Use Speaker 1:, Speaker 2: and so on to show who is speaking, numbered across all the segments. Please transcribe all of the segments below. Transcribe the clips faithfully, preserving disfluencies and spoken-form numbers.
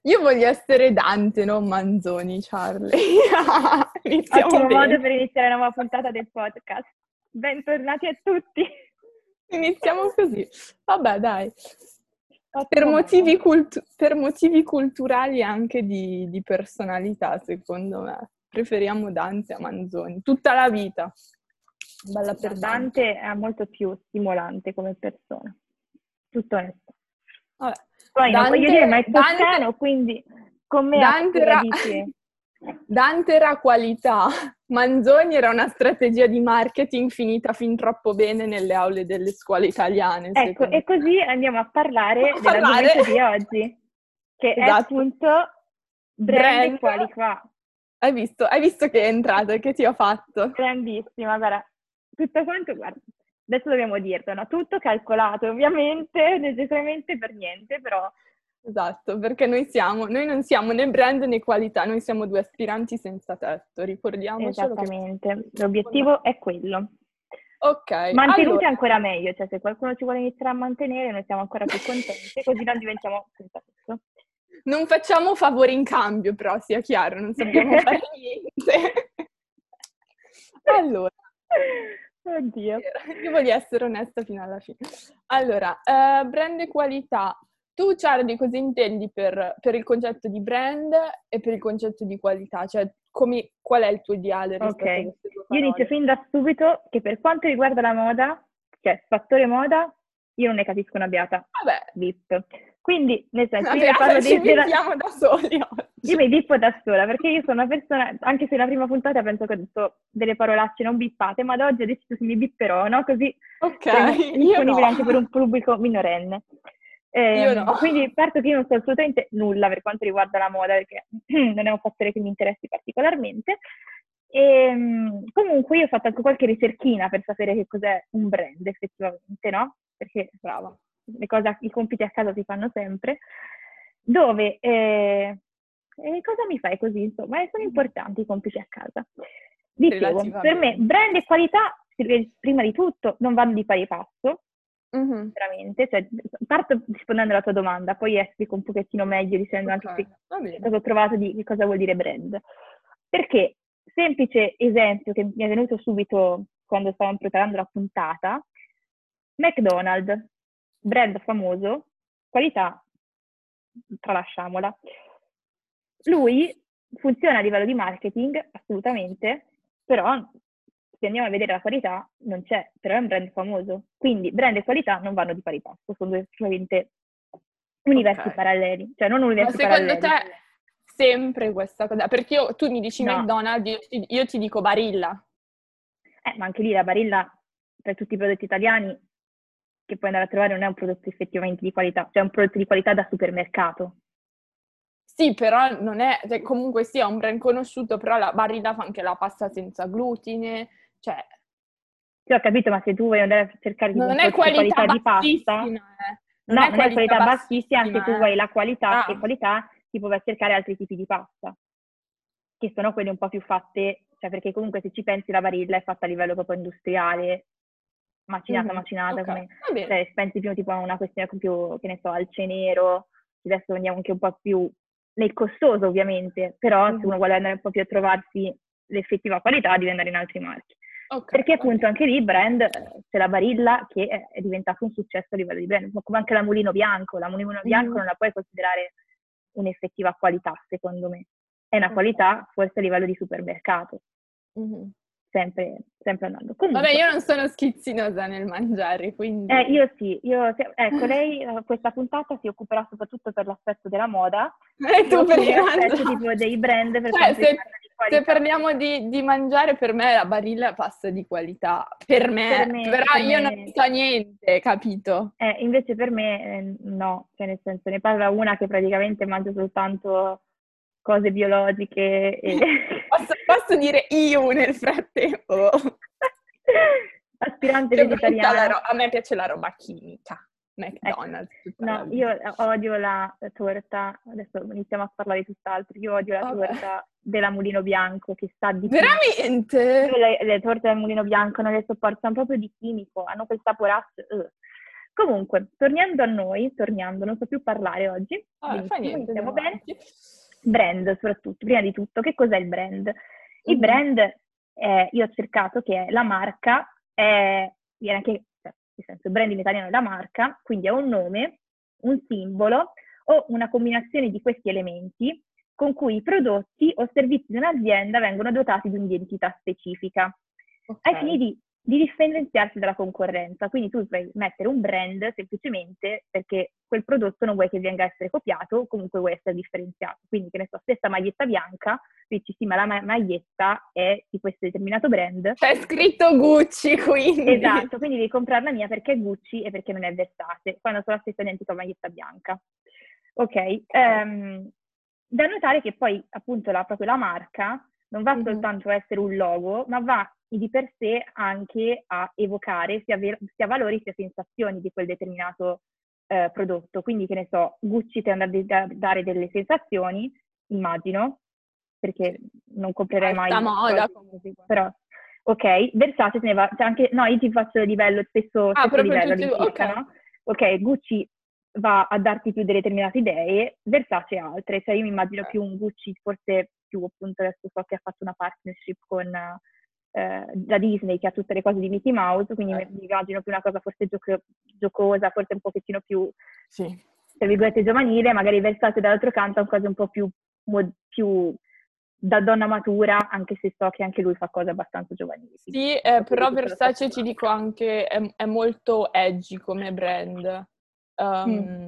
Speaker 1: Io voglio essere Dante, non Manzoni, Charlie. Iniziamo
Speaker 2: Ottimo
Speaker 1: bene.
Speaker 2: modo per iniziare una nuova puntata del podcast. Bentornati a tutti.
Speaker 1: Iniziamo così. Vabbè, dai. Per
Speaker 2: Ottimo
Speaker 1: motivi,
Speaker 2: modo.
Speaker 1: cultu- per motivi culturali e anche di, di personalità, secondo me. Preferiamo Dante a Manzoni. Tutta la vita. Bella
Speaker 2: No,
Speaker 1: per Dante.
Speaker 2: Dante è molto più stimolante come persona. Tutto onesto.
Speaker 1: Vabbè.
Speaker 2: Poi non voglio
Speaker 1: Dante,
Speaker 2: dire mai
Speaker 1: Dante,
Speaker 2: toscano, quindi con me a
Speaker 1: Dante era,
Speaker 2: radici.
Speaker 1: Dante era qualità, Manzoni era una strategia di marketing finita fin troppo bene nelle aule delle scuole italiane,
Speaker 2: Ecco,
Speaker 1: secondo
Speaker 2: e così andiamo a
Speaker 1: me.
Speaker 2: parlare
Speaker 1: A parlare.
Speaker 2: dell'argomento di oggi, che è
Speaker 1: Esatto.
Speaker 2: appunto brand e
Speaker 1: Brand.
Speaker 2: qualità.
Speaker 1: Hai visto, hai visto che è entrato e che ti ho fatto?
Speaker 2: Grandissima, guarda, tutto quanto, guarda, adesso dobbiamo dirlo, no? Tutto calcolato, ovviamente, necessariamente per niente, però...
Speaker 1: Esatto, perché noi siamo, noi non siamo né brand né qualità, noi siamo due aspiranti senza tetto, ricordiamocelo che...
Speaker 2: Esattamente, l'obiettivo è quello.
Speaker 1: Ok,
Speaker 2: Mantenuti
Speaker 1: allora...
Speaker 2: ancora meglio, cioè se qualcuno ci vuole iniziare a mantenere, noi siamo ancora più contenti, così non diventiamo senza tetto.
Speaker 1: Non facciamo favori in cambio, però, sia chiaro, non sappiamo fare niente. Allora,
Speaker 2: Oddio.
Speaker 1: io voglio essere onesta fino alla fine. Allora, eh, brand e qualità. Tu, Charlie, cosa intendi per, per il concetto di brand e per il concetto di qualità? Cioè, come, qual è il tuo ideale
Speaker 2: Ok,
Speaker 1: rispetto a queste due
Speaker 2: io inizio
Speaker 1: parole?
Speaker 2: fin da subito che per quanto riguarda la moda, cioè fattore moda, io non ne capisco una beata.
Speaker 1: Vabbè,
Speaker 2: V I P. Quindi, nel senso, io
Speaker 1: vabbè,
Speaker 2: ne parlo
Speaker 1: ci
Speaker 2: di, della...
Speaker 1: vediamo da soli
Speaker 2: Io
Speaker 1: oggi.
Speaker 2: mi bippo da sola, perché io sono una persona, anche se la prima puntata penso che ho detto delle parolacce non bippate, ma da oggi ho deciso che mi bipperò, no? Così
Speaker 1: Ok,
Speaker 2: siamo
Speaker 1: io no.
Speaker 2: disponibili anche per un pubblico minorenne.
Speaker 1: Io no.
Speaker 2: Ehm, quindi parto che io non so assolutamente nulla per quanto riguarda la moda, perché non è un fattore che mi interessi particolarmente. E, comunque io ho fatto anche qualche ricerchina per sapere che cos'è un brand effettivamente, no? Perché
Speaker 1: Brava.
Speaker 2: le cose, i compiti a casa si fanno sempre, dove eh, eh, cosa mi fai così? Insomma, eh, sono importanti i compiti a casa. Dicevo, per me
Speaker 1: Relativamente.
Speaker 2: brand e qualità, prima di tutto, non vanno di pari passo,
Speaker 1: Mm-hmm.
Speaker 2: veramente. Cioè, parto rispondendo alla tua domanda, poi esplico un pochettino meglio dicendo
Speaker 1: Ok,
Speaker 2: anche che,
Speaker 1: va
Speaker 2: che
Speaker 1: bene.
Speaker 2: cosa ho trovato di che cosa vuol dire brand. Perché, semplice esempio che mi è venuto subito quando stavamo preparando la puntata, McDonald's, brand famoso, qualità, tralasciamola. Lui funziona a livello di marketing, assolutamente, però se andiamo a vedere la qualità non c'è, però è un brand famoso. Quindi brand e qualità non vanno di pari passo, sono due solamente universi
Speaker 1: Ok.
Speaker 2: paralleli, cioè non
Speaker 1: Ma
Speaker 2: universi
Speaker 1: secondo
Speaker 2: paralleli.
Speaker 1: te sempre questa cosa? Perché io, tu mi dici
Speaker 2: No,
Speaker 1: McDonald's, io ti, io ti dico Barilla.
Speaker 2: eh, ma anche lì la Barilla per tutti i prodotti italiani che puoi andare a trovare non è un prodotto effettivamente di qualità, cioè è un prodotto di qualità da supermercato.
Speaker 1: Sì, però non è, cioè, comunque sì, è un brand conosciuto, però la Barilla fa anche la pasta senza glutine, cioè
Speaker 2: Sì, ho capito, ma se tu vuoi andare a cercare tipo un
Speaker 1: non è
Speaker 2: prodotto di
Speaker 1: qualità
Speaker 2: qualità di pasta,
Speaker 1: bassissima, eh. Non
Speaker 2: no,
Speaker 1: è
Speaker 2: non è
Speaker 1: qualità
Speaker 2: qualità bassissima, se tu
Speaker 1: bassissima,
Speaker 2: vuoi
Speaker 1: eh.
Speaker 2: la qualità e
Speaker 1: Brava.
Speaker 2: qualità, tipo vai a cercare altri tipi di pasta, che sono quelle un po' più fatte, cioè perché comunque se ci pensi la Barilla è fatta a livello proprio industriale, macinata,
Speaker 1: Mhm.
Speaker 2: macinata,
Speaker 1: Ok,
Speaker 2: come
Speaker 1: va bene.
Speaker 2: cioè, pensi più tipo a una questione più, che ne so, al cenero, adesso andiamo anche un po' più nel costoso ovviamente, però se
Speaker 1: Mhm.
Speaker 2: uno vuole andare un po' più a trovarsi l'effettiva qualità devi andare in altri marchi.
Speaker 1: Ok,
Speaker 2: Perché
Speaker 1: va
Speaker 2: appunto
Speaker 1: bene.
Speaker 2: anche lì il brand, eh, c'è la Barilla che è, è diventato un successo a livello di brand, ma come anche la Mulino Bianco, la Mulino Bianco
Speaker 1: Mhm.
Speaker 2: non la puoi considerare un'effettiva qualità secondo me, è una
Speaker 1: Ok.
Speaker 2: qualità forse a livello di supermercato,
Speaker 1: Mhm.
Speaker 2: sempre, sempre andando.
Speaker 1: Vabbè,
Speaker 2: Comunque,
Speaker 1: io non sono schizzinosa nel mangiare,
Speaker 2: eh,
Speaker 1: quindi...
Speaker 2: io sì, io, se- ecco, lei eh, questa puntata si occuperà soprattutto per l'aspetto della moda,
Speaker 1: E
Speaker 2: io
Speaker 1: tu per
Speaker 2: per
Speaker 1: il
Speaker 2: l'aspetto
Speaker 1: mangiare.
Speaker 2: tipo dei brand per
Speaker 1: Cioè,
Speaker 2: quanto
Speaker 1: se,
Speaker 2: riguarda di
Speaker 1: se
Speaker 2: qualità.
Speaker 1: parliamo di, di mangiare, per me la Barilla passa di qualità. Per
Speaker 2: Per
Speaker 1: me,
Speaker 2: me,
Speaker 1: però
Speaker 2: per
Speaker 1: io non
Speaker 2: me
Speaker 1: so niente, capito?
Speaker 2: eh, invece per me eh, no, cioè nel senso ne parla una che praticamente mangia soltanto cose biologiche e
Speaker 1: Posso, posso dire io nel frattempo?
Speaker 2: aspirante
Speaker 1: Che brutta la
Speaker 2: vegetariana.
Speaker 1: roba. A me piace la roba chimica.
Speaker 2: Ecco,
Speaker 1: McDonald's tutta la
Speaker 2: no, io
Speaker 1: vita.
Speaker 2: odio la torta, adesso iniziamo a parlare di tutt'altro, io odio la
Speaker 1: Vabbè.
Speaker 2: torta della Mulino Bianco che sa di chimico. Io
Speaker 1: Veramente?
Speaker 2: le, le torte del Mulino Bianco non le sopporto, sono proprio di chimico, hanno quel saporaccio. Uh. Comunque, tornando a noi, tornando, non so più parlare oggi,
Speaker 1: Ah, fa
Speaker 2: benissimo,
Speaker 1: niente,
Speaker 2: iniziamo
Speaker 1: andiamo
Speaker 2: bene.
Speaker 1: avanti.
Speaker 2: Brand, soprattutto, prima di tutto, che cos'è il brand? Il
Speaker 1: Mhm.
Speaker 2: brand, è, io ho cercato che è la marca, è, viene anche, cioè, nel senso, il brand in italiano è la marca, quindi è un nome, un simbolo o una combinazione di questi elementi con cui i prodotti o servizi di un'azienda vengono dotati di un'identità specifica,
Speaker 1: Ok.
Speaker 2: ai fini di, di differenziarsi dalla concorrenza. Quindi tu puoi mettere un brand semplicemente perché quel prodotto non vuoi che venga a essere copiato o comunque vuoi essere differenziato. Quindi, che ne so, stessa maglietta bianca, dici sì, ma la ma- maglietta è di questo determinato brand.
Speaker 1: C'è scritto Gucci, quindi.
Speaker 2: Esatto, quindi devi comprare la mia perché è Gucci e perché non è Versace, quando sono la stessa identica maglietta bianca. Ok, ehm, da notare che poi appunto la, proprio la marca non va
Speaker 1: Mhm.
Speaker 2: soltanto a essere un logo, ma va di per sé anche a evocare sia, ver- sia valori sia sensazioni di quel determinato eh, prodotto. Quindi, che ne so, Gucci tende a de- a dare delle sensazioni, immagino, perché non comprerei
Speaker 1: Alta
Speaker 2: mai
Speaker 1: moda
Speaker 2: cose così,
Speaker 1: comunque.
Speaker 2: però ok, Versace se ne va, cioè anche, no, io ti faccio livello, stesso,
Speaker 1: Ah,
Speaker 2: stesso
Speaker 1: proprio
Speaker 2: livello
Speaker 1: tutti.
Speaker 2: all'incirca,
Speaker 1: Ok.
Speaker 2: no? Ok, Gucci va a darti più delle determinate idee, Versace altre, cioè io mi immagino più un Gucci, forse più appunto adesso so che ha fatto una partnership con eh, la Disney che ha tutte le cose di Mickey Mouse, quindi
Speaker 1: Ok.
Speaker 2: mi immagino più una cosa forse gioco- giocosa, forse un pochettino più,
Speaker 1: Sì.
Speaker 2: tra virgolette, giovanile, magari Versace dall'altro canto è cose un po' più, mod- più da donna matura, anche se so che anche lui fa cose abbastanza giovanili.
Speaker 1: Sì,
Speaker 2: Non
Speaker 1: eh,
Speaker 2: so più di
Speaker 1: però
Speaker 2: tutto lo stesso
Speaker 1: Versace ti
Speaker 2: lato.
Speaker 1: dico anche è, è molto edgy come brand.
Speaker 2: Mm,
Speaker 1: Um,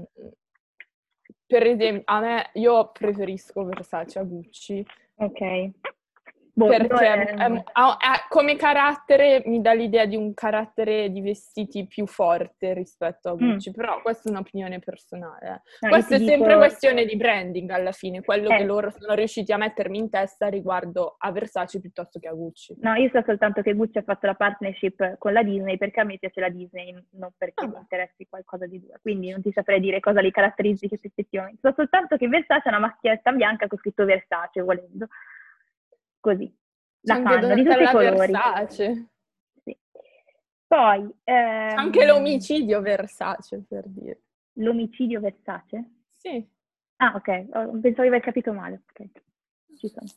Speaker 1: per esempio, a me, io preferisco Versace a Gucci
Speaker 2: ok. Boh, io
Speaker 1: perché è-
Speaker 2: ehm,
Speaker 1: è- ha- ha- come carattere mi dà l'idea di un carattere di vestiti più forte rispetto a
Speaker 2: mm,
Speaker 1: Gucci, però questa è un'opinione personale. eh.
Speaker 2: no, io ti
Speaker 1: Questo è sempre
Speaker 2: dico,
Speaker 1: questione di branding alla fine, quello che
Speaker 2: eh,
Speaker 1: loro sono riusciti a mettermi in testa riguardo a Versace piuttosto che a Gucci.
Speaker 2: no, io so soltanto che Gucci ha fatto la partnership con la Disney perché a me piace la Disney, non perché mi
Speaker 1: Vabbè.
Speaker 2: interessi qualcosa di due, quindi non ti saprei dire cosa li caratterizzi che effettivamente. So soltanto che Versace ha una macchietta bianca con scritto Versace, volendo. Così.
Speaker 1: C'è
Speaker 2: La
Speaker 1: anche
Speaker 2: fanno di tutti i
Speaker 1: Donatella
Speaker 2: colori.
Speaker 1: Versace.
Speaker 2: Sì. Poi,
Speaker 1: C'è anche
Speaker 2: ehm,
Speaker 1: l'omicidio Versace, per dire.
Speaker 2: l'omicidio Versace?
Speaker 1: Sì.
Speaker 2: Ah, ok, oh, pensavo di aver capito male. Ok, ci sono.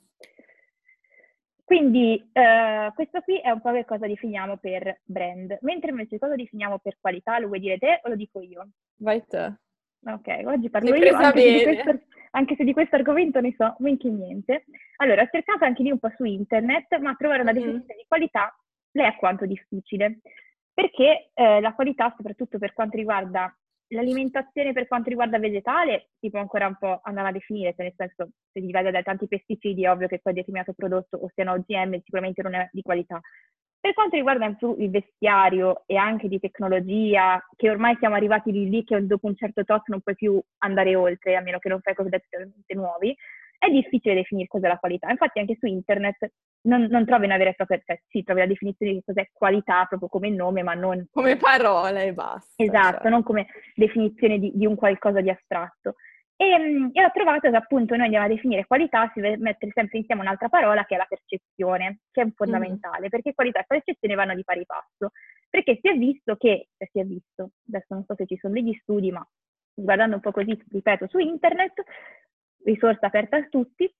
Speaker 2: Quindi eh, questo qui è un po' che cosa definiamo per brand, mentre invece cosa definiamo per qualità, lo vuoi dire te o lo dico io?
Speaker 1: Vai te.
Speaker 2: Ok, oggi
Speaker 1: Sei
Speaker 2: parlo io,
Speaker 1: presa
Speaker 2: anche se di questo,
Speaker 1: bene.
Speaker 2: anche se di questo argomento ne so men che niente. Allora, ho cercato anche lì un po' su internet, ma trovare una
Speaker 1: Mhm.
Speaker 2: definizione di qualità le è quanto difficile, perché eh, la qualità, soprattutto per quanto riguarda l'alimentazione, per quanto riguarda vegetale, si può ancora un po' andare a definire, cioè nel senso, se dipende da tanti pesticidi, è ovvio che quel determinato prodotto o siano O G M sicuramente non è di qualità. Per quanto riguarda il vestiario e anche di tecnologia, che ormai siamo arrivati lì, lì che dopo un certo tot non puoi più andare oltre, a meno che non fai cose totalmente nuovi, è difficile definire cos'è la qualità. Infatti anche su internet non, non trovi una vera e propria, cioè sì, trovi la definizione di cos'è qualità proprio come nome, ma non
Speaker 1: Come parola e basta,
Speaker 2: esatto,
Speaker 1: cioè.
Speaker 2: non come definizione di, di un qualcosa di astratto. E, mm, e ho trovato che appunto noi andiamo a definire qualità, si deve mettere sempre insieme un'altra parola che è la percezione, che è
Speaker 1: Mhm.
Speaker 2: fondamentale, perché qualità e percezione vanno di pari passo. Perché si è visto che, cioè si è visto, adesso non so se ci sono degli studi, ma guardando un po' così, ripeto, su internet, risorsa aperta a tutti,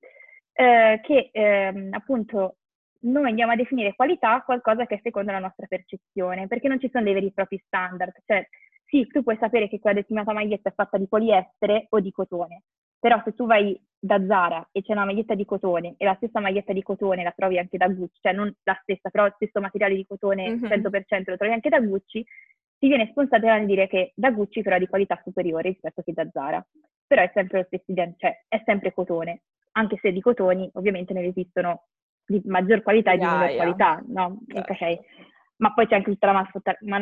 Speaker 2: eh, che ehm, appunto noi andiamo a definire qualità qualcosa che è secondo la nostra percezione, perché non ci sono dei veri e propri standard. Cioè, sì, tu puoi sapere che quella determinata maglietta è fatta di poliestere o di cotone, però se tu vai da Zara e c'è una maglietta di cotone e la stessa maglietta di cotone la trovi anche da Gucci, cioè non la stessa, però lo stesso materiale di cotone
Speaker 1: Mhm.
Speaker 2: cento per cento lo trovi anche da Gucci, ti viene spontaneo dire che da Gucci però è di qualità superiore rispetto che da Zara. Però è sempre lo stesso identico, cioè è sempre cotone, anche se di cotoni ovviamente ne esistono di maggior qualità e di minor
Speaker 1: Migliaia,
Speaker 2: qualità, no? Ok.
Speaker 1: certo.
Speaker 2: Ma poi c'è anche tutta la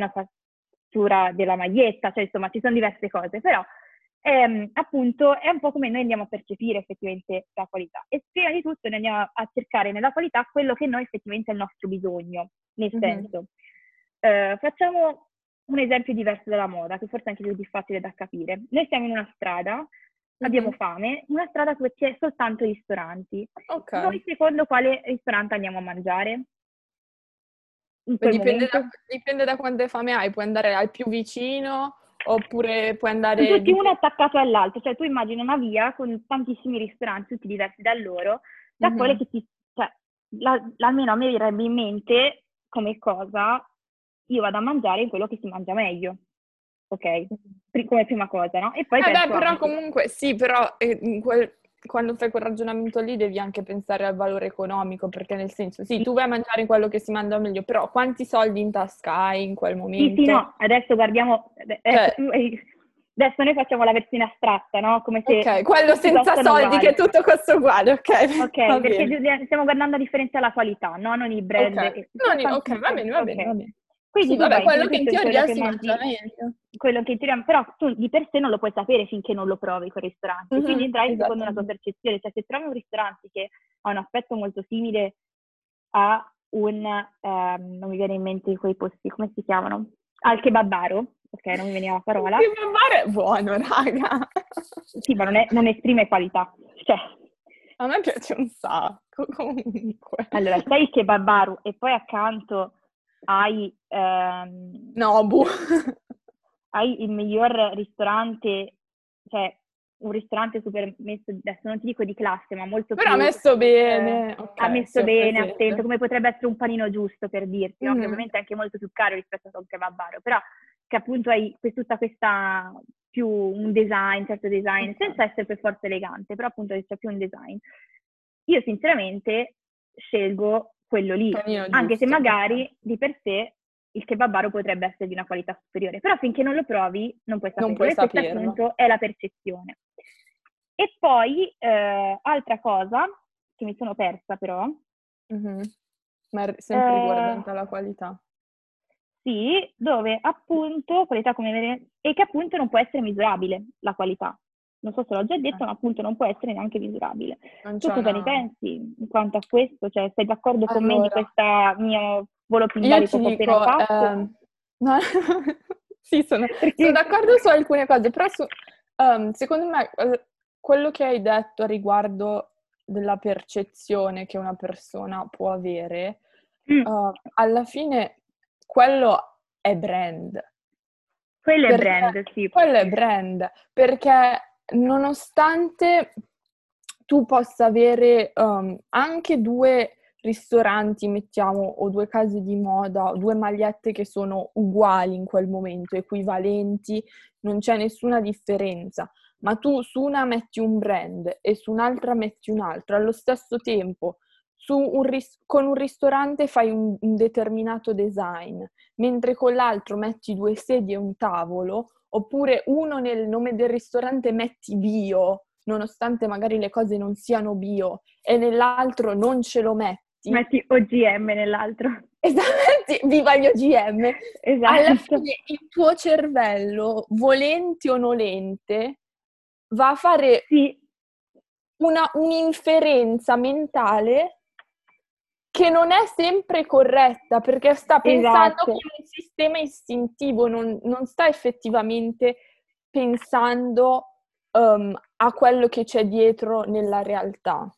Speaker 2: manifattura della maglietta, cioè insomma ci sono diverse cose, però ehm, appunto è un po' come noi andiamo a percepire effettivamente la qualità. E prima di tutto noi andiamo a cercare nella qualità quello che noi effettivamente è il nostro bisogno, nel
Speaker 1: Mhm.
Speaker 2: senso, eh, facciamo un esempio diverso dalla moda, che forse è anche più facile da capire. Noi siamo in una strada, abbiamo
Speaker 1: Mhm.
Speaker 2: fame, una strada dove c'è soltanto ristoranti.
Speaker 1: Ok.
Speaker 2: Noi secondo quale ristorante andiamo a mangiare? in
Speaker 1: Beh,
Speaker 2: quel
Speaker 1: dipende da,
Speaker 2: momento.
Speaker 1: dipende da quante fame hai, puoi andare al più vicino oppure puoi
Speaker 2: Sono
Speaker 1: andare...
Speaker 2: tutti uno
Speaker 1: dipende-
Speaker 2: attaccato all'altro, cioè tu immagini una via con tantissimi ristoranti, tutti diversi da loro, da quelle
Speaker 1: Mhm.
Speaker 2: che ti, cioè, la- almeno a me verrebbe in mente come cosa io vado a mangiare in quello che si mangia meglio, ok? Pri- come prima cosa, no? E poi
Speaker 1: Eh beh,
Speaker 2: penso
Speaker 1: però
Speaker 2: anche,
Speaker 1: comunque sì, però eh, in quel- quando fai quel ragionamento lì devi anche pensare al valore economico, perché nel senso, sì,
Speaker 2: sì,
Speaker 1: tu vai a mangiare quello che si mangia meglio, però quanti soldi in tasca hai in quel
Speaker 2: sì, sì,
Speaker 1: momento?
Speaker 2: no, adesso guardiamo, ecco,
Speaker 1: Cioè,
Speaker 2: tu hai- adesso noi facciamo la versione astratta, no? Come se
Speaker 1: ok, quello
Speaker 2: tutti
Speaker 1: senza
Speaker 2: costano
Speaker 1: soldi che
Speaker 2: uguali.
Speaker 1: tutto costa uguale, ok,
Speaker 2: Ok,
Speaker 1: va
Speaker 2: perché
Speaker 1: bene.
Speaker 2: gi- stiamo guardando a differenza la qualità, no? Non il
Speaker 1: Ok,
Speaker 2: brand. e-
Speaker 1: non
Speaker 2: cioè,
Speaker 1: i- ok,
Speaker 2: quanti-
Speaker 1: va bene, va bene, va
Speaker 2: ok.
Speaker 1: bene.
Speaker 2: Quindi
Speaker 1: Sì,
Speaker 2: tu
Speaker 1: vabbè,
Speaker 2: vai prima
Speaker 1: quello
Speaker 2: di
Speaker 1: che in
Speaker 2: tutto in quello
Speaker 1: teoria
Speaker 2: che
Speaker 1: si mangia
Speaker 2: mangi,
Speaker 1: meglio.
Speaker 2: quello che in teoria, però tu di per sé non lo puoi sapere finché non lo provi quel ristorante. Quindi
Speaker 1: Mhm,
Speaker 2: entrai secondo una tua
Speaker 1: esattamente.
Speaker 2: percezione, cioè se trovi un ristorante che ha un aspetto molto simile a un, ehm, non mi viene in mente quei posti, come si chiamano? Al kebabaro, ok, non mi veniva la parola.
Speaker 1: Il kebab è buono, raga.
Speaker 2: Sì, ma non, è, non esprime qualità. Cioè,
Speaker 1: A me piace un sacco, comunque.
Speaker 2: allora, sei il kebabaru e poi accanto hai, ehm,
Speaker 1: Nobu.
Speaker 2: hai il miglior ristorante, cioè un ristorante super messo, adesso non ti dico di classe, ma molto
Speaker 1: Però
Speaker 2: più
Speaker 1: messo
Speaker 2: eh,
Speaker 1: bene.
Speaker 2: ha
Speaker 1: Ok, sì,
Speaker 2: messo
Speaker 1: ho
Speaker 2: bene, attento,
Speaker 1: presente.
Speaker 2: come potrebbe essere un panino giusto per dirti, no? Che
Speaker 1: Mhm.
Speaker 2: ovviamente è anche molto più caro rispetto a un kebabaro, però che appunto hai que- tutta questa più un design, certo design,
Speaker 1: Ok.
Speaker 2: senza essere per forza elegante, però appunto c'è più un design. Io sinceramente scelgo quello lì,
Speaker 1: Panino
Speaker 2: anche se
Speaker 1: giusto, ok.
Speaker 2: magari di per sé il kebabaro potrebbe essere di una qualità superiore, però finché non lo provi non puoi
Speaker 1: Non
Speaker 2: saperlo
Speaker 1: puoi
Speaker 2: e questa
Speaker 1: saperlo.
Speaker 2: appunto è la percezione. E poi, eh, altra cosa che mi sono persa però,
Speaker 1: Mhm. Ma è sempre
Speaker 2: eh,
Speaker 1: riguardante alla qualità.
Speaker 2: sì, dove appunto, qualità come vedete, e che appunto non può essere misurabile la qualità. Non so se l'ho già
Speaker 1: Ok.
Speaker 2: detto, ma appunto non può essere neanche misurabile.
Speaker 1: Non
Speaker 2: Tu
Speaker 1: c'è
Speaker 2: cosa ne
Speaker 1: una...
Speaker 2: pensi in quanto a questo? Cioè, sei d'accordo con me di
Speaker 1: Allora,
Speaker 2: questa mio volo
Speaker 1: io ti
Speaker 2: pindarico che ho appena
Speaker 1: dico,
Speaker 2: fatto?
Speaker 1: ehm, no, sì, sono, sono
Speaker 2: Perché
Speaker 1: d'accordo su alcune cose, però su- ehm, secondo me eh, quello che hai detto a riguardo della percezione che una persona può avere,
Speaker 2: mm,
Speaker 1: eh, alla fine quello è brand.
Speaker 2: quello è
Speaker 1: Perché
Speaker 2: brand, sì.
Speaker 1: quello è brand, perché nonostante tu possa avere um, anche due ristoranti, mettiamo, o due case di moda, o due magliette che sono uguali in quel momento, equivalenti, non c'è nessuna differenza, ma tu su una metti un brand e su un'altra metti un altro, allo stesso tempo su un ris- con un ristorante fai un, un determinato design, mentre con l'altro metti due sedie e un tavolo, oppure uno nel nome del ristorante metti bio, nonostante magari le cose non siano bio, e nell'altro non ce lo metti,
Speaker 2: Metti O G M nell'altro.
Speaker 1: esattamente, viva gli O G M, alla
Speaker 2: Esatto.
Speaker 1: fine il tuo cervello, volenti o nolente, va a fare
Speaker 2: Sì,
Speaker 1: una, un'inferenza mentale che non è sempre corretta, perché sta pensando
Speaker 2: esatto.
Speaker 1: con un sistema istintivo, non, non sta effettivamente pensando um, a quello che c'è dietro nella realtà.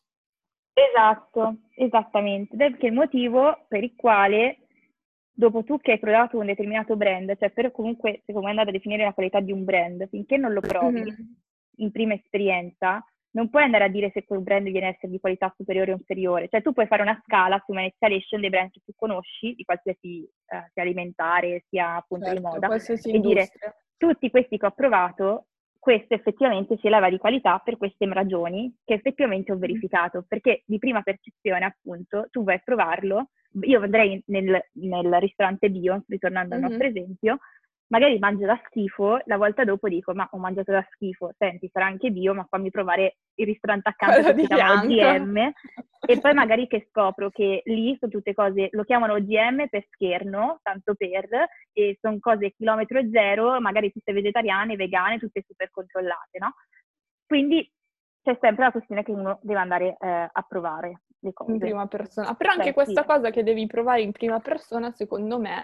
Speaker 2: Esatto, esattamente. Ed è anche il motivo per il quale, dopo tu che hai provato un determinato brand, cioè per comunque, secondo me, andare a definire la qualità di un brand, finché non lo provi
Speaker 1: Mm-hmm.
Speaker 2: in prima esperienza, non puoi andare a dire se quel brand viene a essere di qualità superiore o inferiore. Cioè tu puoi fare una scala su una escalation dei brand che tu conosci, di qualsiasi eh, sia alimentare, sia appunto di
Speaker 1: Certo,
Speaker 2: moda,
Speaker 1: qualsiasi
Speaker 2: e dire
Speaker 1: industria.
Speaker 2: tutti questi che ho provato questo effettivamente si eleva di qualità per queste ragioni che effettivamente ho verificato, perché di prima percezione appunto tu vai a provarlo, io andrei nel, nel ristorante bio, ritornando al
Speaker 1: Mm-hmm.
Speaker 2: nostro esempio, magari mangio da schifo, la volta dopo dico ma ho mangiato da schifo, senti sarà anche bio ma fammi provare il ristorante accanto
Speaker 1: Quello
Speaker 2: che
Speaker 1: di
Speaker 2: si chiama
Speaker 1: fianco.
Speaker 2: O G M e poi magari che scopro che lì sono tutte cose, lo chiamano O G M per scherno, tanto per, e sono cose chilometro zero, magari tutte vegetariane, vegane, tutte super controllate, no? Quindi c'è sempre la questione che uno deve andare eh, a provare le
Speaker 1: In
Speaker 2: cose.
Speaker 1: prima persona. Però anche
Speaker 2: Cioè,
Speaker 1: questa
Speaker 2: sì,
Speaker 1: cosa che devi provare in prima persona, secondo me,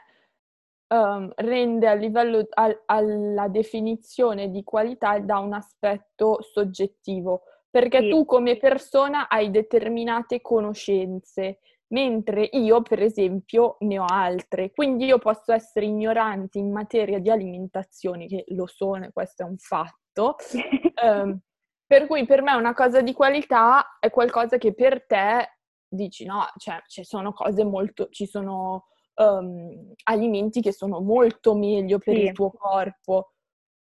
Speaker 1: um, rende a livello al- alla definizione di qualità da un aspetto soggettivo, perché
Speaker 2: sì,
Speaker 1: tu come persona hai determinate conoscenze mentre io, per esempio, ne ho altre. Quindi io posso essere ignorante in materia di alimentazione, che lo sono, e questo è un fatto, um, per cui per me una cosa di qualità è qualcosa che per te dici no, cioè ci sono cose molto, ci sono um, alimenti che sono molto meglio per
Speaker 2: Sì.
Speaker 1: il tuo corpo.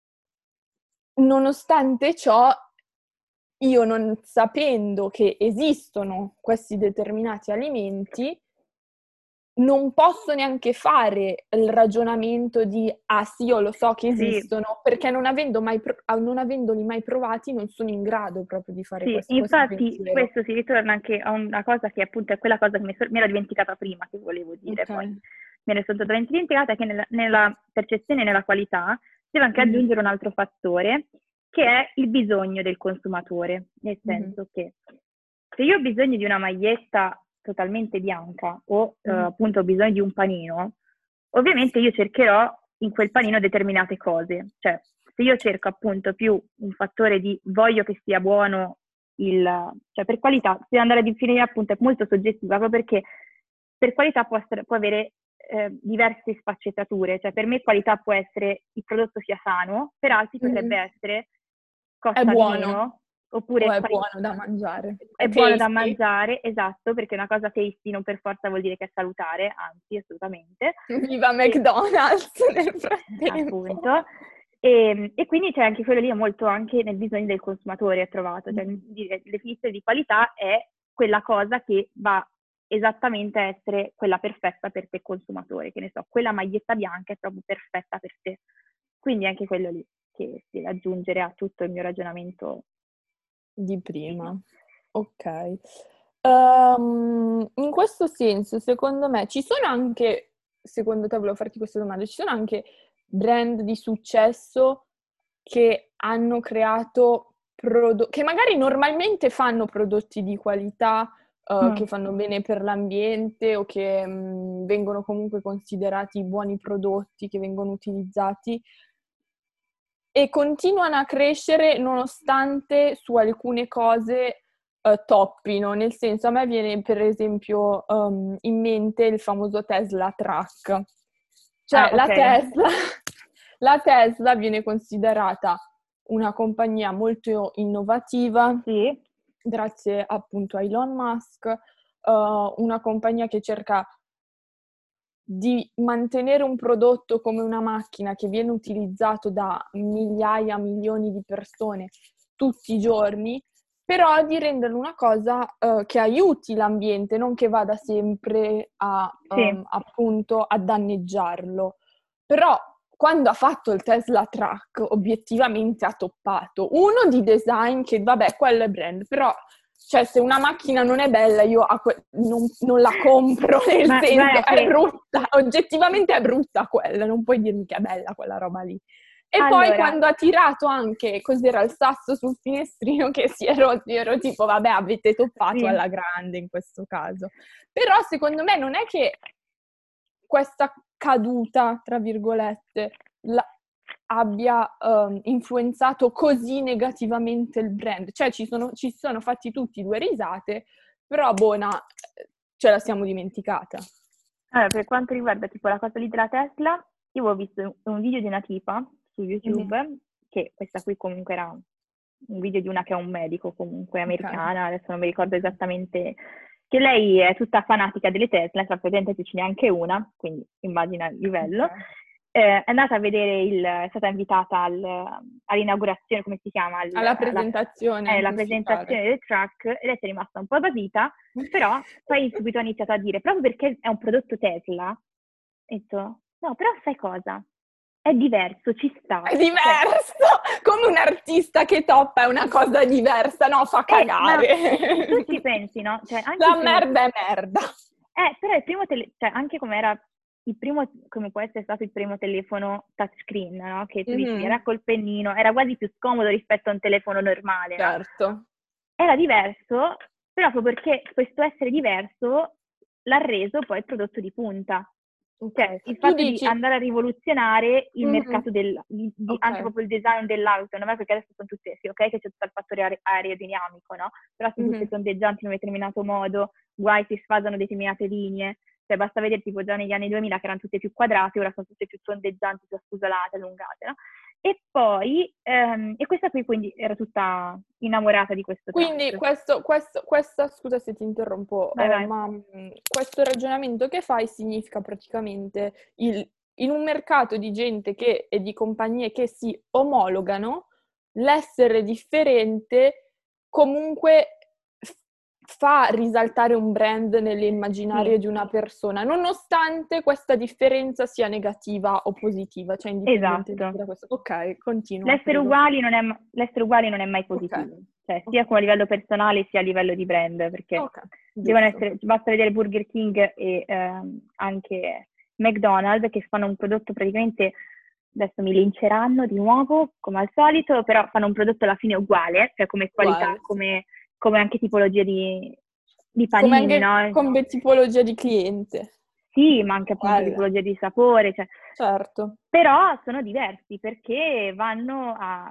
Speaker 1: Nonostante ciò, io non sapendo che esistono questi determinati alimenti, non posso neanche fare il ragionamento di ah sì, io lo so che
Speaker 2: Sì.
Speaker 1: esistono, perché non avendo mai pro- non avendoli mai provati non sono in grado proprio di fare
Speaker 2: Sì,
Speaker 1: questo, questo
Speaker 2: infatti
Speaker 1: pensiero.
Speaker 2: questo si ritorna anche a una cosa che appunto è quella cosa che mi, so- mi ero dimenticata prima, che volevo dire
Speaker 1: Ok.
Speaker 2: poi. Me ne sono totalmente dimenticata, che nella, nella percezione e nella qualità deve anche
Speaker 1: Mhm.
Speaker 2: aggiungere un altro fattore, che è il bisogno del consumatore. Nel
Speaker 1: Mhm.
Speaker 2: senso che se io ho bisogno di una maglietta totalmente bianca o eh,
Speaker 1: Mhm.
Speaker 2: appunto ho bisogno di un panino, ovviamente io cercherò in quel panino determinate cose. Cioè, se io cerco appunto più un fattore di voglio che sia buono il, cioè per qualità, si deve andare a definire appunto, è molto soggettiva, proprio perché per qualità può, essere, può avere eh, diverse sfaccettature, cioè per me qualità può essere il prodotto sia sano, per altri potrebbe
Speaker 1: Mhm.
Speaker 2: essere
Speaker 1: È
Speaker 2: costa di
Speaker 1: buono
Speaker 2: meno,
Speaker 1: o
Speaker 2: oppure
Speaker 1: è
Speaker 2: quali-
Speaker 1: buono da mangiare?
Speaker 2: è
Speaker 1: È
Speaker 2: buono da
Speaker 1: tasty?
Speaker 2: mangiare, esatto, perché una cosa tasty non per forza vuol dire che è salutare, anzi, assolutamente.
Speaker 1: Viva
Speaker 2: E,
Speaker 1: McDonald's nel frattempo!
Speaker 2: appunto. E, e quindi c'è anche quello lì, è molto anche nel bisogno del consumatore, è trovato. Cioè,
Speaker 1: Mm.
Speaker 2: dire, la definizione di qualità è quella cosa che va esattamente a essere quella perfetta per te consumatore, che ne so, quella maglietta bianca è proprio perfetta per te. Quindi anche quello lì che si deve aggiungere a tutto il mio ragionamento
Speaker 1: Di prima. Ok. Ehm, in questo senso, secondo me, ci sono anche, secondo te, volevo farti questa domanda, ci sono anche brand di successo che hanno creato prodotti, che magari normalmente fanno prodotti di qualità, eh,
Speaker 2: Mm.
Speaker 1: che fanno bene per l'ambiente o che mh, vengono comunque considerati buoni prodotti, che vengono utilizzati e continuano a crescere nonostante su alcune cose eh, toppino. Nel senso, a me viene per esempio um, in mente il famoso Tesla Truck. Cioè,
Speaker 2: Ah,
Speaker 1: la
Speaker 2: ok.
Speaker 1: Tesla, la Tesla viene considerata una compagnia molto innovativa,
Speaker 2: Sì,
Speaker 1: grazie appunto a Elon Musk, uh, una compagnia che cerca di mantenere un prodotto come una macchina che viene utilizzato da migliaia, milioni di persone tutti i giorni, però di renderlo una cosa uh, che aiuti l'ambiente, non che vada sempre a,
Speaker 2: sì.
Speaker 1: um, appunto, a danneggiarlo. Però quando ha fatto il Tesla Truck, obiettivamente ha toppato. Uno di design che, vabbè, quello è brand, però cioè, se una macchina non è bella, io que- non, non la compro, nel
Speaker 2: Ma
Speaker 1: senso,
Speaker 2: guarda
Speaker 1: è
Speaker 2: che
Speaker 1: brutta, oggettivamente è brutta quella, non puoi dirmi che è bella quella roba lì. E poi
Speaker 2: allora,
Speaker 1: quando ha tirato anche, cos'era, il sasso sul finestrino, che si ero, ero tipo, vabbè, avete toppato
Speaker 2: sì.
Speaker 1: alla grande in questo caso. Però secondo me non è che questa caduta, tra virgolette, la- abbia um, influenzato così negativamente il brand. Cioè ci sono, ci sono fatti tutti due risate, però buona, ce la siamo dimenticata.
Speaker 2: Allora, per quanto riguarda tipo la cosa lì della Tesla, io avevo visto un- un video di una tipa su
Speaker 1: Mhm.
Speaker 2: YouTube, che questa qui comunque era un video di una che è un medico comunque
Speaker 1: Ok.
Speaker 2: americana, adesso non mi ricordo esattamente, che lei è tutta fanatica delle Tesla, tra praticamente ce n'è anche una, quindi immagina il livello.
Speaker 1: Ok.
Speaker 2: Eh, è andata a vedere il, è stata invitata al- all'inaugurazione, come si chiama? Al-
Speaker 1: Alla
Speaker 2: alla,
Speaker 1: presentazione
Speaker 2: eh,
Speaker 1: in
Speaker 2: la
Speaker 1: cui si
Speaker 2: presentazione
Speaker 1: fare.
Speaker 2: del track e lei si è rimasta un po' basita, però poi subito ha iniziato a dire, proprio perché è un prodotto Tesla, ho detto, no, però sai cosa? È diverso, ci sta.
Speaker 1: È
Speaker 2: Cioè,
Speaker 1: diverso! Come un artista che toppa è una cosa diversa, no? Fa
Speaker 2: eh, ma se tu
Speaker 1: cagare.
Speaker 2: ci pensi, no? Cioè, anche il
Speaker 1: La
Speaker 2: primo...
Speaker 1: merda è merda.
Speaker 2: Eh, però il primo tele... cioè, anche come era il primo, come può essere stato il primo telefono touchscreen, no? Che tu dici,
Speaker 1: Mhm.
Speaker 2: era col pennino, era quasi più scomodo rispetto a un telefono normale, no?
Speaker 1: Certo.
Speaker 2: Era diverso, però proprio perché questo essere diverso l'ha reso poi il prodotto di punta. Cioè,
Speaker 1: Ok.
Speaker 2: il
Speaker 1: Tu
Speaker 2: fatto di
Speaker 1: dici...
Speaker 2: andare a rivoluzionare il
Speaker 1: Mhm.
Speaker 2: mercato del, di, di-
Speaker 1: Ok.
Speaker 2: anche proprio il design dell'auto, secondo me, perché adesso sono tutte, sì, ok, che c'è tutto il fattore aer- aerodinamico, no? Però sono tutte
Speaker 1: Mhm.
Speaker 2: tondeggianti in un determinato modo, guai si sfasano determinate linee, cioè basta vedere tipo già negli anni duemila che erano tutte più quadrate, ora sono tutte più tondeggianti, più affusolate, allungate, no? E poi, ehm, e questa qui quindi era tutta innamorata di questo
Speaker 1: Quindi
Speaker 2: track.
Speaker 1: questo, questo, questa, scusa se ti interrompo,
Speaker 2: Vai,
Speaker 1: eh,
Speaker 2: vai.
Speaker 1: ma mh, questo ragionamento che fai significa praticamente il, in un mercato di gente che, e di compagnie che si omologano, l'essere differente comunque f- fa risaltare un brand nell'immaginario
Speaker 2: Sì,
Speaker 1: di una persona, nonostante questa differenza sia negativa o positiva, cioè indipendentemente
Speaker 2: esatto.
Speaker 1: da questo. Ok, continua,
Speaker 2: L'essere
Speaker 1: prego.
Speaker 2: uguali non è, l'essere uguali non è mai
Speaker 1: Ok,
Speaker 2: positivo, cioè sia
Speaker 1: ok,
Speaker 2: come a livello personale sia a livello di brand, perché
Speaker 1: ok,
Speaker 2: devono
Speaker 1: giusto.
Speaker 2: essere, basta vedere Burger King e ehm, anche McDonald's che fanno un prodotto praticamente, adesso mi linceranno di nuovo come al solito, però fanno un prodotto alla fine uguale, cioè come qualità,
Speaker 1: Uguale, sì.
Speaker 2: come, come anche tipologia di, di
Speaker 1: Come
Speaker 2: panini,
Speaker 1: anche
Speaker 2: no?
Speaker 1: come tipologia di cliente.
Speaker 2: Sì, ma anche appunto
Speaker 1: Bella,
Speaker 2: tipologia di sapore, cioè.
Speaker 1: certo.
Speaker 2: Però sono diversi perché vanno a,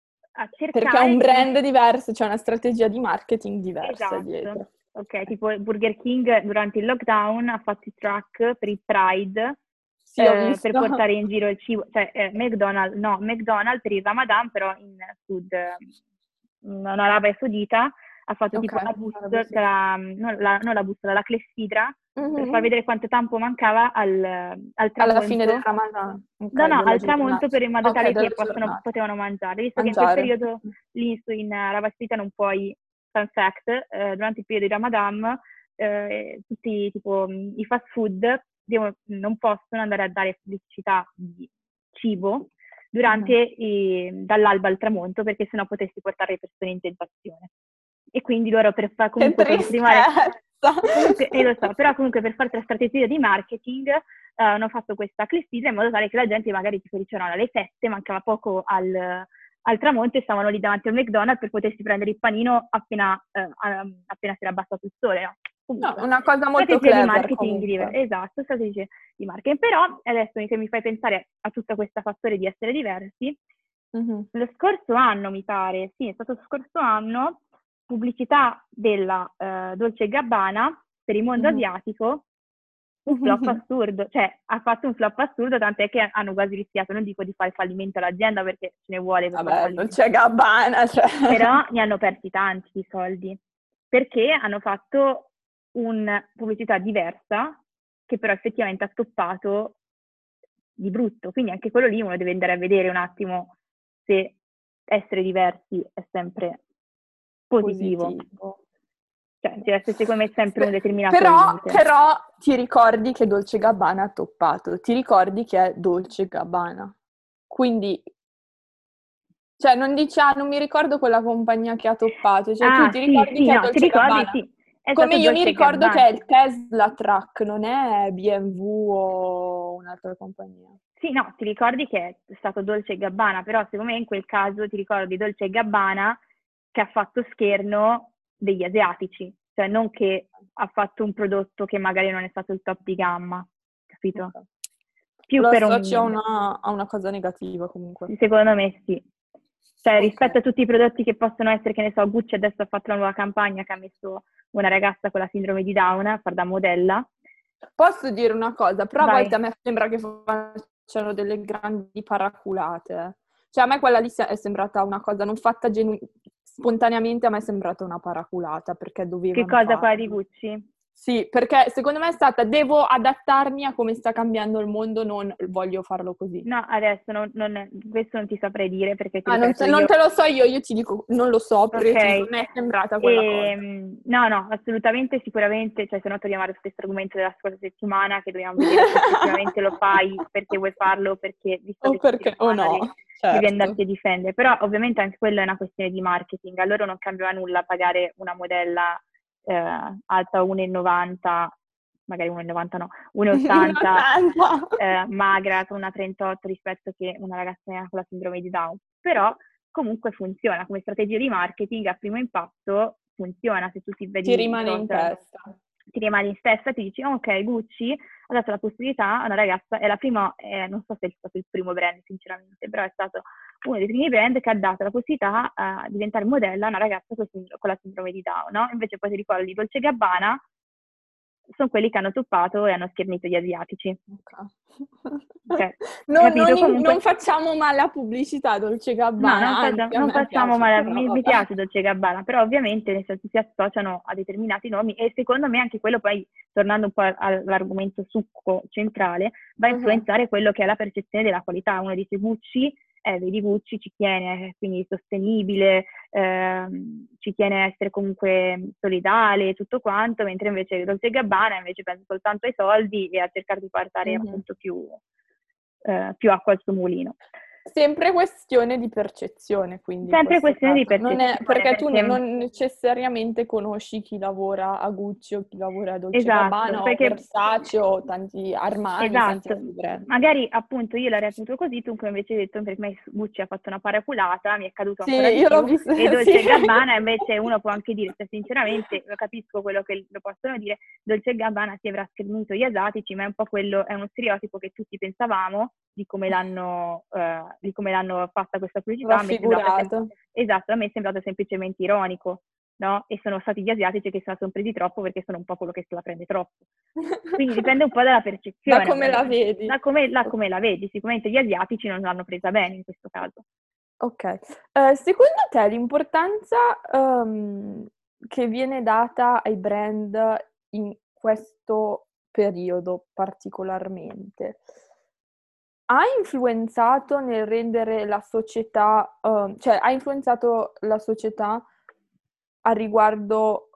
Speaker 2: a
Speaker 1: Perché è un
Speaker 2: cercare di...
Speaker 1: brand diverso, c'è una strategia di marketing diversa
Speaker 2: Esatto,
Speaker 1: dietro.
Speaker 2: ok, tipo Burger King durante il lockdown ha fatto i truck per il Pride
Speaker 1: Sì, ho
Speaker 2: eh, per
Speaker 1: visto.
Speaker 2: portare in giro il cibo, cioè eh, McDonald's, no, McDonald's per il Ramadan però in Sud, eh, in Arabia Saudita ha fatto
Speaker 1: Ok,
Speaker 2: tipo la
Speaker 1: Arabia
Speaker 2: bussola,
Speaker 1: Saudita.
Speaker 2: tra, non la, non la bussola, la clessidra per far
Speaker 1: Mhm.
Speaker 2: vedere quanto tempo mancava al, al
Speaker 1: Alla fine del
Speaker 2: tramonto.
Speaker 1: Ramadan,
Speaker 2: No,
Speaker 1: ok,
Speaker 2: no,
Speaker 1: della
Speaker 2: al tramonto
Speaker 1: giornata.
Speaker 2: per in modo
Speaker 1: Ok,
Speaker 2: tale
Speaker 1: della
Speaker 2: che possono,
Speaker 1: giornata.
Speaker 2: potevano mangiare, visto che in quel
Speaker 1: Mangiare.
Speaker 2: periodo lì su in Arabia Saudita non puoi, fun fact, eh, durante il periodo di Ramadan, eh, tutti tipo i fast food devono, non possono andare a dare pubblicità di cibo durante
Speaker 1: Mhm.
Speaker 2: i, dall'alba al tramonto perché sennò potessi portare le persone in tentazione. E quindi loro per far
Speaker 1: Che
Speaker 2: comunque continuare,
Speaker 1: tristezza!
Speaker 2: comunque, eh, lo so, però comunque per fare la strategia di marketing eh, hanno fatto questa clessidra in modo tale che la gente magari tipo dicevano alle sette, mancava poco al, al tramonto e stavano lì davanti al McDonald's per potersi prendere il panino appena, eh, appena si era abbassato il sole, no?
Speaker 1: No,
Speaker 2: Comunque,
Speaker 1: una cosa molto
Speaker 2: strategia di
Speaker 1: clever
Speaker 2: marketing diversa,
Speaker 1: comunque.
Speaker 2: esatto, strategia di marketing. Però adesso che mi fai pensare a tutta questa fattore di essere diversi,
Speaker 1: Mhm.
Speaker 2: lo scorso anno mi pare, sì, è stato lo scorso anno, pubblicità della eh, Dolce e Gabbana per il mondo
Speaker 1: Mhm.
Speaker 2: asiatico, un flop assurdo, cioè ha fatto un flop assurdo, tant'è che hanno quasi rischiato, non dico di fare il fallimento all'azienda perché ce ne vuole per fare
Speaker 1: Vabbè,
Speaker 2: fallimento,
Speaker 1: Dolce e Gabbana, cioè...
Speaker 2: però ne hanno persi tanti di soldi, perché hanno fatto una pubblicità diversa che però effettivamente ha stoppato di brutto, quindi anche quello lì uno deve andare a vedere un attimo se essere diversi è sempre positivo,
Speaker 1: Positivo.
Speaker 2: cioè deve essere secondo me sempre un
Speaker 1: Beh,
Speaker 2: determinato
Speaker 1: Però,
Speaker 2: limite.
Speaker 1: però ti ricordi che Dolce Gabbana ha toppato, ti ricordi che è Dolce Gabbana. Quindi, cioè non dici, ah, non mi ricordo quella compagnia che ha toppato, cioè tu
Speaker 2: Ah,
Speaker 1: ti
Speaker 2: sì,
Speaker 1: ricordi
Speaker 2: sì,
Speaker 1: che è
Speaker 2: no, ti
Speaker 1: Dolce
Speaker 2: ricordi?
Speaker 1: Gabbana.
Speaker 2: Sì, è
Speaker 1: Come
Speaker 2: stato
Speaker 1: io mi
Speaker 2: Dolce e
Speaker 1: ricordo che
Speaker 2: Gabbana.
Speaker 1: è il Tesla Truck, non è B M W o un'altra compagnia.
Speaker 2: Sì, no, ti ricordi che è stato Dolce e Gabbana, però secondo me in quel caso ti ricordi Dolce e Gabbana che ha fatto scherno degli asiatici, cioè non che ha fatto un prodotto che magari non è stato il top di gamma, capito?
Speaker 1: Ok.
Speaker 2: Più
Speaker 1: Lo
Speaker 2: per
Speaker 1: associ a
Speaker 2: un...
Speaker 1: una, a una cosa negativa comunque.
Speaker 2: Secondo me sì. Cioè
Speaker 1: Ok.
Speaker 2: rispetto a tutti i prodotti che possono essere, che ne so, Gucci adesso ha fatto la nuova campagna che ha messo una ragazza con la sindrome di Down a far da modella.
Speaker 1: Posso dire una cosa, però a
Speaker 2: Vai.
Speaker 1: volte a me sembra che facciano delle grandi paraculate. Cioè a me quella lì è sembrata una cosa non fatta genu- spontaneamente, a me è sembrata una paraculata perché
Speaker 2: Che
Speaker 1: dovevano
Speaker 2: cosa quella di
Speaker 1: farlo.
Speaker 2: Gucci?
Speaker 1: Sì, perché secondo me è stata devo adattarmi a come sta cambiando il mondo, non voglio farlo così.
Speaker 2: No, adesso non, non- questo non ti saprei dire perché ti
Speaker 1: Ah, non,
Speaker 2: ripeto
Speaker 1: te non
Speaker 2: io.
Speaker 1: te lo so io, io ti dico, non lo so, perché io ti dico,
Speaker 2: Ok.
Speaker 1: a me è sembrata quella cosa.
Speaker 2: Ehm, no, no, assolutamente, sicuramente, cioè se no torniamo allo stesso argomento della scorsa settimana che dobbiamo vedere se effettivamente lo fai perché vuoi farlo, perché visto
Speaker 1: O
Speaker 2: che sei
Speaker 1: perché
Speaker 2: essere
Speaker 1: o
Speaker 2: umano
Speaker 1: no,
Speaker 2: devi, devi
Speaker 1: certo.
Speaker 2: andarti a difendere. Però ovviamente anche quello è una questione di marketing, a loro non cambiava nulla pagare una modella eh, alta uno e novanta, magari uno e novanta no, uno e ottanta,
Speaker 1: ottanta.
Speaker 2: eh, magra con una trentotto rispetto che una ragazzina con la sindrome di Down. Però comunque funziona come strategia di marketing a primo impatto, funziona se tu ti
Speaker 1: Ti
Speaker 2: vedi i
Speaker 1: rimane in
Speaker 2: social.
Speaker 1: testa.
Speaker 2: ti rimani in testa e ti dici, ok, Gucci ha dato la possibilità a una ragazza, è la prima, eh, non so se è stato il primo brand sinceramente, però è stato uno dei primi brand che ha dato la possibilità a diventare modella a una ragazza con, con la sindrome di Down, no? Invece poi ti ricordi Dolce e Gabbana, sono quelli che hanno toppato e hanno schernito gli asiatici.
Speaker 1: Okay.
Speaker 2: Cioè,
Speaker 1: non,
Speaker 2: capito?
Speaker 1: non,
Speaker 2: Comunque,
Speaker 1: non facciamo male a pubblicità Dolce
Speaker 2: no,
Speaker 1: Gabbana,
Speaker 2: non,
Speaker 1: anzi
Speaker 2: faccia,
Speaker 1: a
Speaker 2: non
Speaker 1: me
Speaker 2: facciamo
Speaker 1: piace,
Speaker 2: male,
Speaker 1: però
Speaker 2: mi, mi
Speaker 1: vabbè.
Speaker 2: piace Dolce e Gabbana, però ovviamente nel senso si associano a determinati nomi e secondo me anche quello poi, tornando un po' all'argomento succo centrale, va a
Speaker 1: Uh-huh.
Speaker 2: influenzare quello che è la percezione della qualità. Uno dice Gucci, eh, vedi Gucci ci tiene, quindi sostenibile, ehm, ci tiene a essere comunque solidale, tutto quanto, mentre invece Dolce e Gabbana invece pensa soltanto ai soldi e a cercare di portare
Speaker 1: Uh-huh.
Speaker 2: appunto più, eh, più acqua al suo mulino.
Speaker 1: Sempre questione di percezione, quindi.
Speaker 2: Sempre
Speaker 1: In questo
Speaker 2: questione
Speaker 1: caso.
Speaker 2: di
Speaker 1: Non è,
Speaker 2: percezione,
Speaker 1: perché tu
Speaker 2: perché
Speaker 1: non necessariamente conosci chi lavora a Gucci o chi lavora a Dolce
Speaker 2: esatto,
Speaker 1: Gabbana o
Speaker 2: perché
Speaker 1: Versace o tanti Armani, tanti
Speaker 2: esatto,
Speaker 1: altri brand.
Speaker 2: magari appunto io l'avrei reputo così, tu come invece hai detto per me Gucci ha fatto una paraculata, mi è caduto
Speaker 1: Sì,
Speaker 2: ancora di
Speaker 1: io l'ho
Speaker 2: più,
Speaker 1: visto,
Speaker 2: e
Speaker 1: sì.
Speaker 2: Dolce e Gabbana invece uno può anche dire, cioè sinceramente lo capisco quello che lo possono dire, Dolce e Gabbana si avrà schernito gli asiatici, ma è un po' quello, è uno stereotipo che tutti pensavamo di come l'hanno, eh, di come l'hanno fatta questa pubblicità, a me è sembrato sem-
Speaker 1: Raffigurato.
Speaker 2: esatto, a me è sembrato semplicemente ironico, no? E sono stati gli asiatici che se la sono presi troppo perché sono un po' quello che se la prende troppo. Quindi dipende un po' dalla percezione.
Speaker 1: Da come la vedi.
Speaker 2: Da come, da come la vedi. Sicuramente gli asiatici non l'hanno presa bene in questo caso.
Speaker 1: Ok. Uh, secondo te l'importanza um, che viene data ai brand in questo periodo particolarmente ha influenzato nel rendere la società, um, cioè ha influenzato la società a riguardo.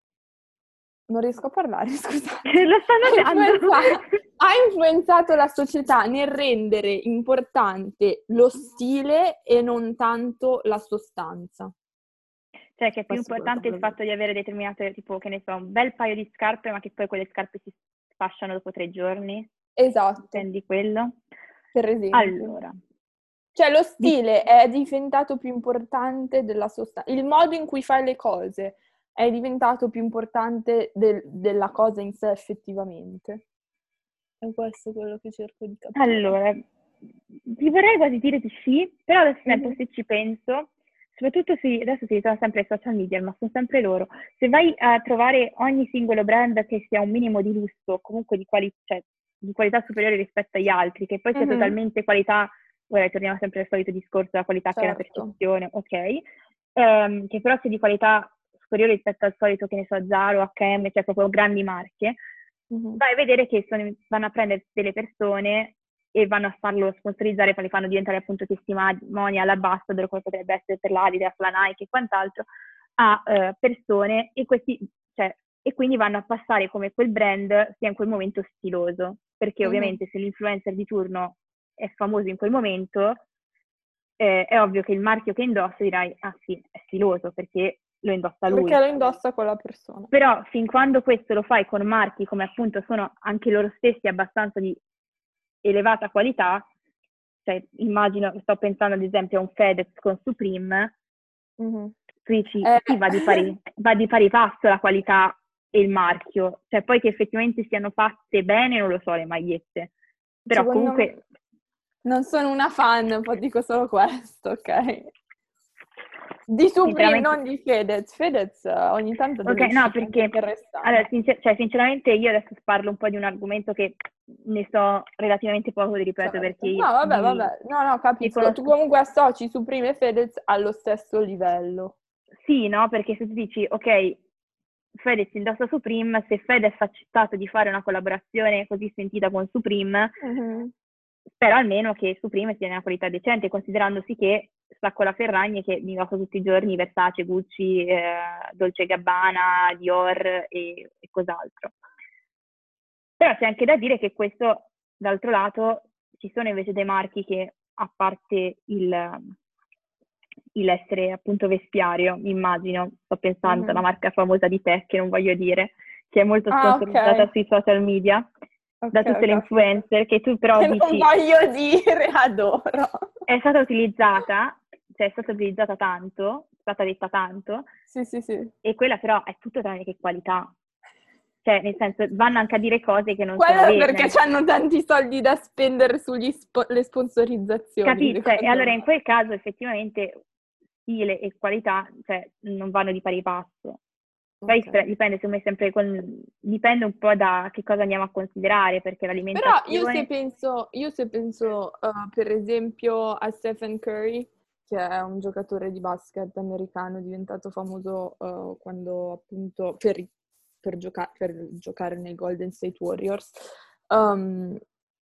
Speaker 1: Non riesco a parlare, scusate.
Speaker 2: Lo stanno
Speaker 1: Ha
Speaker 2: dando.
Speaker 1: influenzato, ha influenzato la società nel rendere importante lo stile e non tanto la sostanza.
Speaker 2: Cioè che è più
Speaker 1: Questo è quello che
Speaker 2: importante il
Speaker 1: volevo
Speaker 2: fatto di avere determinate, tipo, che ne so, un bel paio di scarpe, ma che poi quelle scarpe si sfasciano dopo tre giorni.
Speaker 1: dire. Esatto,
Speaker 2: Intendi quello?
Speaker 1: per esempio.
Speaker 2: Allora.
Speaker 1: Cioè lo
Speaker 2: Di-
Speaker 1: stile è diventato più importante della sostanza. Il modo in cui fai le cose è diventato più importante del- della cosa in sé effettivamente. E questo è quello che cerco di capire.
Speaker 2: Allora, ti vorrei quasi dire di sì, però allo stesso tempo
Speaker 1: Mhm.
Speaker 2: se ci penso, soprattutto se adesso si ritrova sempre ai social media, ma sono sempre loro. Se vai a trovare ogni singolo brand che sia un minimo di lusso, comunque di, quali- cioè, di qualità superiore rispetto agli altri, che poi sia
Speaker 1: Mhm.
Speaker 2: totalmente qualità, ora torniamo sempre al solito discorso, la qualità che è una
Speaker 1: Certo.
Speaker 2: percezione, ok, ehm, che però sia di qualità superiore rispetto al solito, che ne so, Zara o acca e emme, cioè proprio grandi marche,
Speaker 1: Mhm.
Speaker 2: vai a vedere che sono, vanno a prendere delle persone e vanno a farlo sponsorizzare, poi li fanno diventare appunto testimoni all'ambassador, come potrebbe essere per l'Adidas, la Nike e quant'altro, a eh, persone e, questi, cioè, e quindi vanno a passare come quel brand sia in quel momento stiloso, perché
Speaker 1: Mhm.
Speaker 2: ovviamente se l'influencer di turno è famoso in quel momento, eh, è ovvio che il marchio che indossa dirai, ah sì, è stiloso perché lo indossa lui.
Speaker 1: Perché lo indossa quella persona.
Speaker 2: Però fin quando questo lo fai con marchi come appunto sono anche loro stessi abbastanza di elevata qualità, cioè immagino, sto pensando ad esempio a un Fedez con Supreme,
Speaker 1: Mm-hmm.
Speaker 2: tu dici
Speaker 1: Eh.
Speaker 2: sì, va di pari, va di pari passo la qualità e il marchio, cioè poi che effettivamente siano fatte bene non lo so le magliette, però
Speaker 1: Secondo
Speaker 2: comunque...
Speaker 1: me non sono una fan, poi dico solo questo, ok? Di Supreme, non di Fedez. Fedez uh, ogni tanto ha
Speaker 2: Ok,
Speaker 1: delle
Speaker 2: no,
Speaker 1: uscite anche
Speaker 2: perché
Speaker 1: interessanti.
Speaker 2: allora, sincer- cioè, sinceramente io adesso parlo un po' di un argomento che ne so relativamente poco, ti ripeto,
Speaker 1: Certo.
Speaker 2: perché
Speaker 1: No, vabbè,
Speaker 2: di,
Speaker 1: vabbè. No, no,
Speaker 2: di
Speaker 1: capisco. Tu
Speaker 2: conosco...
Speaker 1: comunque associ Supreme e Fedez allo stesso livello.
Speaker 2: Sì, no, perché se tu dici, ok, Fedez indossa Supreme, se Fedez ha accettato di fare una collaborazione così sentita con Supreme,
Speaker 1: Mm-hmm.
Speaker 2: spero almeno che Supreme sia una qualità decente, considerandosi che sta con la Ferragni che indossa tutti i giorni Versace, Gucci, eh, Dolce e Gabbana, Dior e, e cos'altro. Però c'è anche da dire che questo, d'altro lato, ci sono invece dei marchi che, a parte il, il essere appunto vestiario, immagino, sto pensando
Speaker 1: Mm-hmm.
Speaker 2: alla marca famosa di tè, che non voglio dire, che è molto
Speaker 1: Ah,
Speaker 2: sponsorizzata
Speaker 1: ok.
Speaker 2: sui social media,
Speaker 1: Ok,
Speaker 2: da tutte
Speaker 1: ho
Speaker 2: le
Speaker 1: capito.
Speaker 2: influencer, che tu però
Speaker 1: Che non
Speaker 2: dici,
Speaker 1: voglio dire, adoro.
Speaker 2: è stata utilizzata, cioè è stata utilizzata tanto, è stata detta tanto,
Speaker 1: Sì, sì, sì.
Speaker 2: e quella però è tutto tranne che qualità. cioè nel senso vanno anche a dire cose che non sono
Speaker 1: Quello
Speaker 2: vere.
Speaker 1: perché hanno tanti soldi da spendere sulle spo- sponsorizzazioni.
Speaker 2: Capisci? E allora
Speaker 1: me.
Speaker 2: in quel caso effettivamente stile e qualità, cioè, non vanno di pari passo. Poi
Speaker 1: Okay.
Speaker 2: dipende, secondo me, sempre con, dipende un po' da che cosa andiamo a considerare, perché
Speaker 1: Però io se
Speaker 2: l'alimentazione...
Speaker 1: penso, io se penso uh, per esempio a Stephen Curry, che è un giocatore di basket americano diventato famoso uh, quando appunto per, per, gioca- per giocare nei Golden State Warriors, um,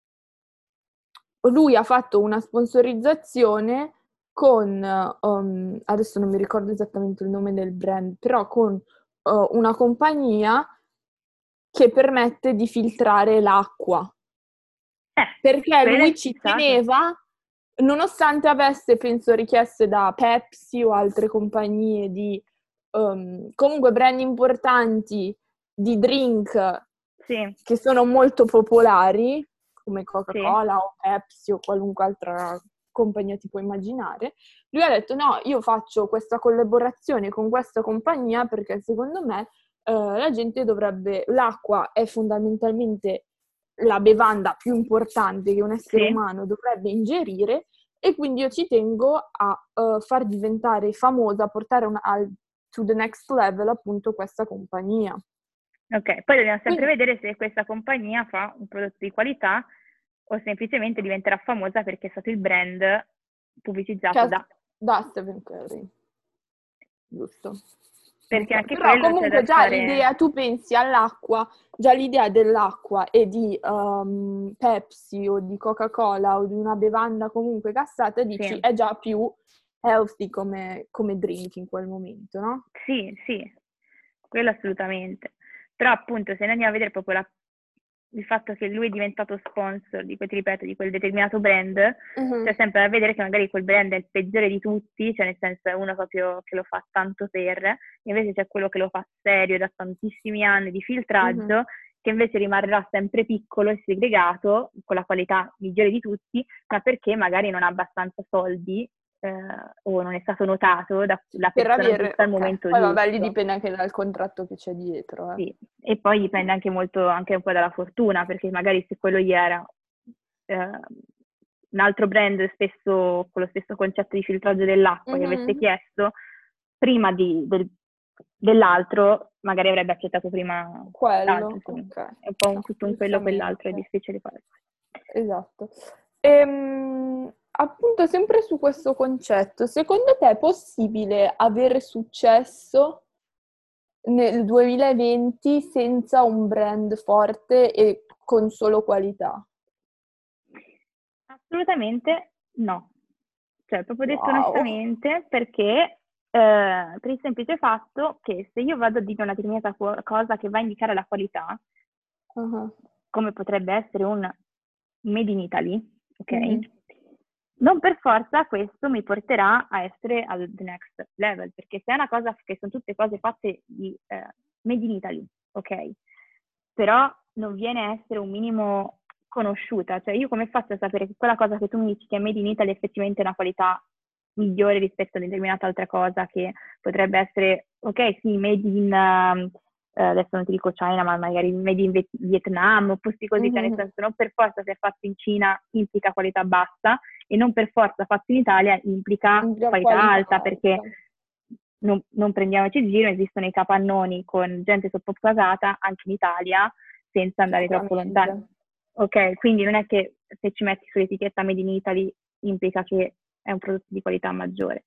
Speaker 1: lui ha fatto una sponsorizzazione con, um, adesso non mi ricordo esattamente il nome del brand, però con uh, una compagnia che permette di filtrare l'acqua.
Speaker 2: Eh,
Speaker 1: Perché
Speaker 2: quello
Speaker 1: lui
Speaker 2: è
Speaker 1: ci
Speaker 2: fissato.
Speaker 1: teneva, nonostante avesse, penso, richieste da Pepsi o altre compagnie di, um, comunque brand importanti di drink
Speaker 2: Sì,
Speaker 1: che sono molto popolari, come
Speaker 2: sì,
Speaker 1: Coca-Cola o Pepsi o qualunque altra compagnia ti puoi immaginare, lui ha detto no, io faccio questa collaborazione con questa compagnia perché secondo me eh, la gente dovrebbe, l'acqua è fondamentalmente la bevanda più importante che un essere
Speaker 2: sì.
Speaker 1: umano dovrebbe ingerire e quindi io ci tengo a uh, far diventare famosa, a portare una, al, to the next level appunto questa compagnia.
Speaker 2: Ok, poi dobbiamo sempre
Speaker 1: Quindi,
Speaker 2: vedere se questa compagnia fa un prodotto di qualità o semplicemente diventerà famosa perché è stato il brand pubblicizzato da...
Speaker 1: da Stephen Curry, giusto?
Speaker 2: Perché
Speaker 1: Okay.
Speaker 2: anche
Speaker 1: Però
Speaker 2: quello c'è
Speaker 1: comunque
Speaker 2: da
Speaker 1: già
Speaker 2: stare...
Speaker 1: l'idea, tu pensi all'acqua, già l'idea dell'acqua e di um, Pepsi o di Coca-Cola o di una bevanda comunque gassata, dici
Speaker 2: Sì,
Speaker 1: è già più healthy come, come drink in quel momento, no?
Speaker 2: sì, sì, quello assolutamente. Però appunto se noi andiamo a vedere proprio la- il fatto che lui è diventato sponsor di quel, ti ripeto, di quel determinato brand, c'è
Speaker 1: Mhm.
Speaker 2: sempre da vedere che magari quel brand è il peggiore di tutti, cioè nel senso è uno proprio che lo fa tanto per, invece c'è quello che lo fa serio da tantissimi anni di
Speaker 1: Mhm.
Speaker 2: filtraggio, che invece rimarrà sempre piccolo e segregato, con la qualità migliore di tutti, ma perché magari non ha abbastanza soldi eh, o non è stato notato dalla
Speaker 1: Per
Speaker 2: persona
Speaker 1: avere,
Speaker 2: giusta al
Speaker 1: ok.
Speaker 2: momento
Speaker 1: Poi vabbè, lì
Speaker 2: giusto.
Speaker 1: dipende anche dal contratto che c'è dietro, eh.
Speaker 2: Sì, e poi dipende anche molto anche un po' dalla fortuna, perché magari se quello gli era eh, un altro brand stesso, con lo stesso concetto di filtraggio dell'acqua che avesse
Speaker 1: Mhm.
Speaker 2: chiesto, prima di, del, dell'altro, magari avrebbe accettato prima l'altro,
Speaker 1: Quello,
Speaker 2: insomma.
Speaker 1: ok.
Speaker 2: È un po' un,
Speaker 1: No,
Speaker 2: tutto un quello quell'altro, è
Speaker 1: giustamente.
Speaker 2: difficile fare.
Speaker 1: Esatto. Ehm, appunto, sempre su questo concetto, secondo te è possibile avere successo nel duemilaventi senza un brand forte e con solo qualità?
Speaker 2: Assolutamente no. Cioè, proprio detto
Speaker 1: Wow.
Speaker 2: onestamente, perché eh, per il semplice fatto che se io vado a dire una determinata co- cosa che va a indicare la qualità,
Speaker 1: Uh-huh.
Speaker 2: come potrebbe essere un Made in Italy, ok?
Speaker 1: Mhm.
Speaker 2: Non per forza questo mi porterà a essere al the next level, perché se è una cosa che sono tutte cose fatte di eh, Made in Italy, ok? Però non viene a essere un minimo conosciuta, cioè io come faccio a sapere che quella cosa che tu mi dici che è Made in Italy è effettivamente una qualità migliore rispetto a determinata altra cosa che potrebbe essere, ok, sì, Made in... um, eh, adesso non ti dico China, ma magari made in Viet- Vietnam o posti così, cioè nel
Speaker 1: Mhm.
Speaker 2: senso non per forza se è fatto in Cina implica qualità bassa e non per forza fatto in Italia implica
Speaker 1: Già
Speaker 2: qualità
Speaker 1: qualità
Speaker 2: alta, perché
Speaker 1: alta,
Speaker 2: non, non prendiamoci in giro, esistono i capannoni con gente soppocasata anche in Italia senza andare troppo lontano.
Speaker 1: sicuramente.
Speaker 2: Ok, quindi non è che se ci metti sull'etichetta Made in Italy implica che è un prodotto di qualità maggiore.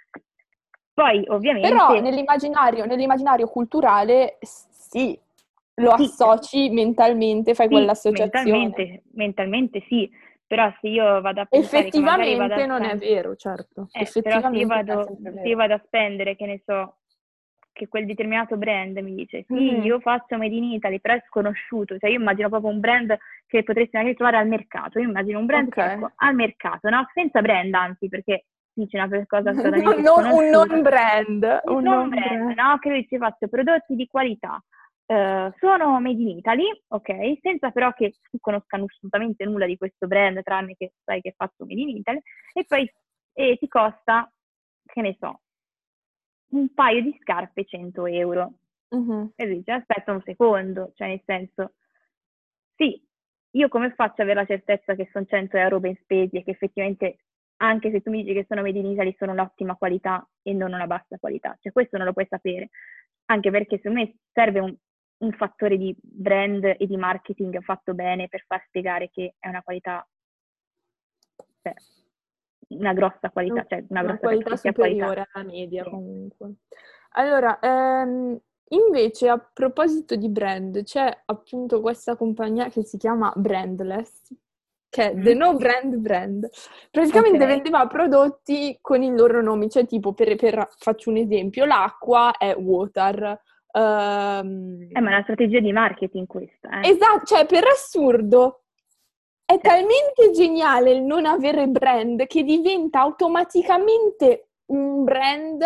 Speaker 2: Poi
Speaker 1: Però
Speaker 2: ovviamente
Speaker 1: nell'immaginario, nell'immaginario culturale sì, lo
Speaker 2: sì,
Speaker 1: associ mentalmente, fai
Speaker 2: sì,
Speaker 1: quell'associazione.
Speaker 2: mentalmente, mentalmente sì, però se io vado a pensare che magari vado a
Speaker 1: Effettivamente non è
Speaker 2: spendere,
Speaker 1: vero, certo.
Speaker 2: eh, però se io
Speaker 1: Effettivamente non è
Speaker 2: vado,
Speaker 1: sempre
Speaker 2: se io
Speaker 1: vero.
Speaker 2: vado a spendere, che ne so, che quel determinato brand mi dice sì,
Speaker 1: Mhm.
Speaker 2: io faccio Made in Italy, però è sconosciuto, cioè io immagino proprio un brand che potresti magari trovare al mercato, io immagino un brand
Speaker 1: Ok.
Speaker 2: che ecco, al mercato, no? Senza brand anzi, perché dice una cosa
Speaker 1: Non,
Speaker 2: assolutamente
Speaker 1: non un non
Speaker 2: sconosciuta,
Speaker 1: brand,
Speaker 2: un
Speaker 1: un
Speaker 2: non
Speaker 1: non
Speaker 2: brand,
Speaker 1: brand.
Speaker 2: no? Che lui ci faccia prodotti di qualità, eh, sono made in Italy, ok? Senza però che tu conoscano assolutamente nulla di questo brand, tranne che sai che è fatto made in Italy, e poi e ti costa, che ne so, un paio di scarpe cento euro.
Speaker 1: Mhm.
Speaker 2: E dice, aspetta un secondo, cioè nel senso, sì, io come faccio ad avere la certezza che sono cento euro ben spesi e che effettivamente, anche se tu mi dici che sono made in Italy, sono un'ottima qualità e non una bassa qualità? Cioè questo non lo puoi sapere, anche perché secondo me serve un, un fattore di brand e di marketing fatto bene per far spiegare che è una qualità, cioè, una grossa qualità, cioè una
Speaker 1: Una
Speaker 2: grossa perché
Speaker 1: qualità
Speaker 2: sia qualità.
Speaker 1: superiore alla media
Speaker 2: Sì.
Speaker 1: comunque. Allora, ehm, invece a proposito di brand, c'è appunto questa compagnia che si chiama Brandless, che è The
Speaker 2: Mm?
Speaker 1: No Brand Brand. Praticamente
Speaker 2: Ok.
Speaker 1: vendeva prodotti con i loro nomi, cioè tipo, per, per- faccio un esempio, l'acqua è water. ehm,
Speaker 2: Eh, ma è una strategia di marketing questa, eh.
Speaker 1: Esatto, cioè per assurdo è
Speaker 2: Cioè,
Speaker 1: talmente geniale il non avere brand che diventa automaticamente un brand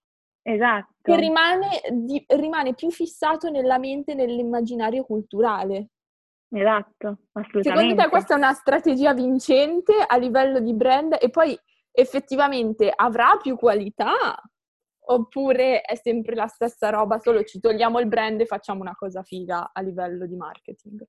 Speaker 1: che
Speaker 2: esatto,
Speaker 1: rimane, di- rimane più fissato nella mente e nell'immaginario culturale.
Speaker 2: esatto,
Speaker 1: Secondo te
Speaker 2: assolutamente.
Speaker 1: questa è una strategia vincente a livello di brand e poi effettivamente avrà più qualità? Oppure è sempre la stessa roba, solo ci togliamo il brand e facciamo una cosa figa a livello di marketing?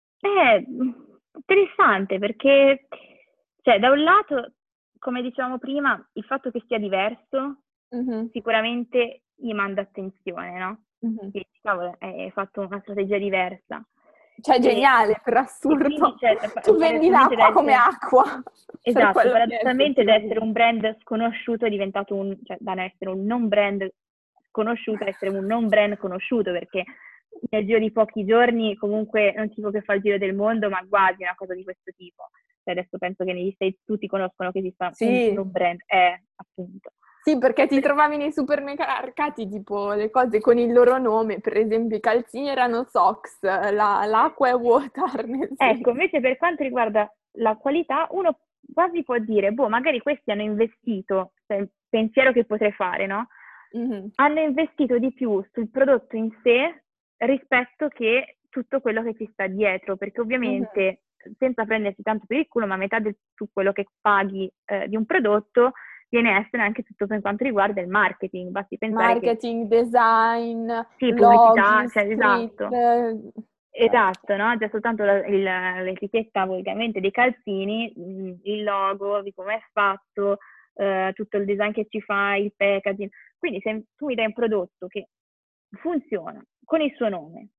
Speaker 2: È interessante perché, cioè, da un lato, come dicevamo prima, il fatto che sia diverso
Speaker 1: Mhm,
Speaker 2: sicuramente gli manda attenzione, no?
Speaker 1: mhm.
Speaker 2: Che cavolo, hai fatto una strategia diversa.
Speaker 1: Cioè,
Speaker 2: E,
Speaker 1: geniale, per
Speaker 2: e quindi,
Speaker 1: assurdo.
Speaker 2: cioè,
Speaker 1: Tu vendi
Speaker 2: paradossalmente da
Speaker 1: l'acqua come
Speaker 2: essere,
Speaker 1: acqua, per
Speaker 2: esatto,
Speaker 1: quello che è
Speaker 2: paradossalmente da essere
Speaker 1: effettivamente.
Speaker 2: un brand sconosciuto è diventato un, cioè, da essere un non brand sconosciuto a essere un non brand conosciuto, perché nel giro di pochi giorni comunque non tipo che fa il giro del mondo, ma quasi una cosa di questo tipo. Cioè, adesso penso che negli States tutti conoscono che esista un
Speaker 1: Sì,
Speaker 2: non brand, è appunto.
Speaker 1: sì, perché ti trovavi nei supermercati tipo le cose con il loro nome, per esempio i calzini erano Sox, la- l'acqua è water, nel
Speaker 2: Ecco,
Speaker 1: senso.
Speaker 2: invece per quanto riguarda la qualità, uno quasi può dire, boh, magari questi hanno investito, cioè il pensiero che potrei fare, no?
Speaker 1: Mhm,
Speaker 2: Hanno investito di più sul prodotto in sé rispetto che tutto quello che ci sta dietro, perché
Speaker 1: mhm.
Speaker 2: ovviamente, senza prendersi tanto per il culo, ma metà di tutto quello che paghi eh, di un prodotto viene a essere anche tutto per quanto riguarda il marketing. Basti pensare che
Speaker 1: Marketing, design,
Speaker 2: sì, pubblicità,
Speaker 1: loghi,
Speaker 2: cioè
Speaker 1: script,
Speaker 2: esatto.
Speaker 1: eh, cioè,
Speaker 2: Esatto, no? Già soltanto la- il- l'etichetta ovviamente dei calzini, mh, il logo, di come è fatto, eh, tutto il design che ci fa, il packaging. Quindi se tu mi dai un prodotto che funziona con il suo nome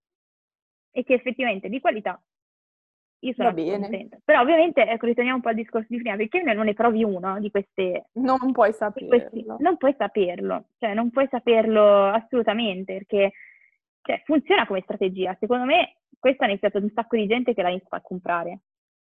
Speaker 2: e che effettivamente è di qualità, io
Speaker 1: va
Speaker 2: sono
Speaker 1: bene,
Speaker 2: contenta. Però ovviamente, ecco, ritorniamo un po' al discorso di prima, perché non ne provi uno di queste,
Speaker 1: non puoi
Speaker 2: di questi,
Speaker 1: saperlo.
Speaker 2: non puoi saperlo, cioè non puoi saperlo assolutamente, perché cioè, funziona come strategia. Secondo me questo ha iniziato un sacco di gente che l'ha iniziato a comprare.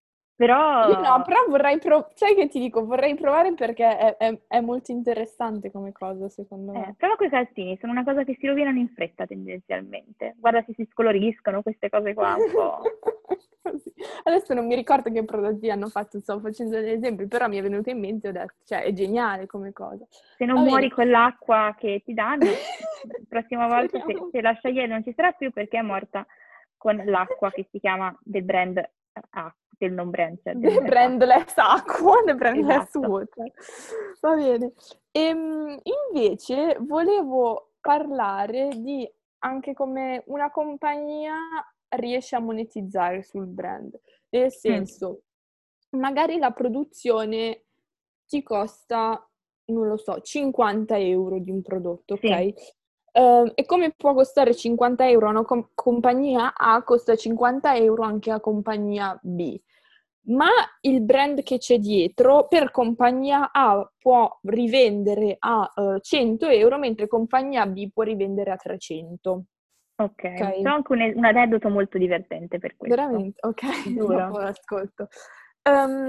Speaker 1: Io no,
Speaker 2: Però,
Speaker 1: però vorrei provare, sai che ti dico, vorrei provare perché è, è- è molto interessante come cosa, secondo
Speaker 2: eh,
Speaker 1: me.
Speaker 2: prova con i calzini, sono una cosa che si rovinano in fretta tendenzialmente. Guarda se si scoloriscono, queste cose qua un po'.
Speaker 1: Così. Adesso non mi ricordo che prodotti hanno fatto, sto facendo degli esempi, però mi è venuto in mente e ho detto, cioè, è geniale come cosa.
Speaker 2: Se non
Speaker 1: Va
Speaker 2: muori
Speaker 1: bene.
Speaker 2: con l'acqua che ti danno, la prossima volta se,
Speaker 1: Speriamo.
Speaker 2: se la sciagliere non ci sarà più perché è morta con l'acqua che si chiama del brand, ah, del non brand, cioè del
Speaker 1: The
Speaker 2: brand acqua.
Speaker 1: brandless acqua, the brandless
Speaker 2: Esatto.
Speaker 1: water. Va bene. Ehm, invece volevo parlare di anche come una compagnia riesce a monetizzare sul brand. Nel
Speaker 2: Mm,
Speaker 1: senso, magari la produzione ti costa, non lo so, cinquanta euro di un prodotto,
Speaker 2: sì,
Speaker 1: ok? Ehm, e come può costare cinquanta euro a una com- compagnia A, costa cinquanta euro anche a compagnia B. Ma il brand che c'è dietro per compagnia A può rivendere a eh, cento euro, mentre compagnia B può rivendere a trecento.
Speaker 2: ok. C'ho
Speaker 1: Ok?
Speaker 2: anche un, un aneddoto molto divertente per questo,
Speaker 1: Veramente? Ok,
Speaker 2: giuro.
Speaker 1: dopo l'ascolto. Ehm,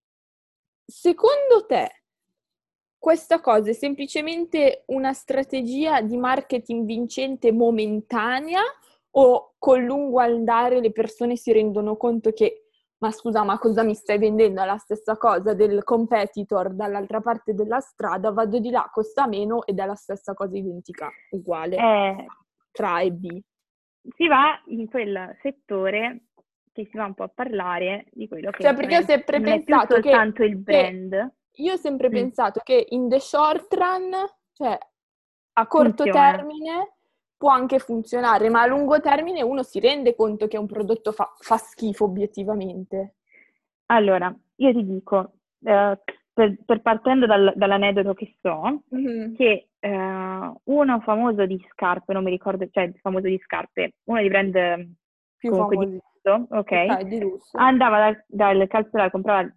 Speaker 1: secondo te questa cosa è semplicemente una strategia di marketing vincente momentanea o col lungo andare le persone si rendono conto che, ma scusa, ma cosa mi stai vendendo? È la stessa cosa del competitor dall'altra parte della strada, vado di là, costa meno ed è la stessa cosa identica, uguale,
Speaker 2: Eh,
Speaker 1: tra A e B.
Speaker 2: si va in quel settore che si va un po' a parlare di quello
Speaker 1: Cioè,
Speaker 2: che non
Speaker 1: perché ho
Speaker 2: è,
Speaker 1: sempre
Speaker 2: non è più
Speaker 1: pensato che,
Speaker 2: soltanto il
Speaker 1: che
Speaker 2: brand.
Speaker 1: io ho sempre
Speaker 2: Mm,
Speaker 1: pensato che in the short run, cioè a corto
Speaker 2: funziona.
Speaker 1: termine, può anche funzionare, ma a lungo termine uno si rende conto che un prodotto fa, fa schifo obiettivamente.
Speaker 2: Allora, io ti dico, eh, per, per partendo dal, dall'aneddoto che so,
Speaker 1: Mm-hmm.
Speaker 2: che eh, uno famoso di scarpe, non mi ricordo, cioè famoso di scarpe, uno dei brand
Speaker 1: Più
Speaker 2: comunque
Speaker 1: famosi.
Speaker 2: di lusso, ok?
Speaker 1: Ok, di lusso.
Speaker 2: Andava dal, dal calzolaio, comprava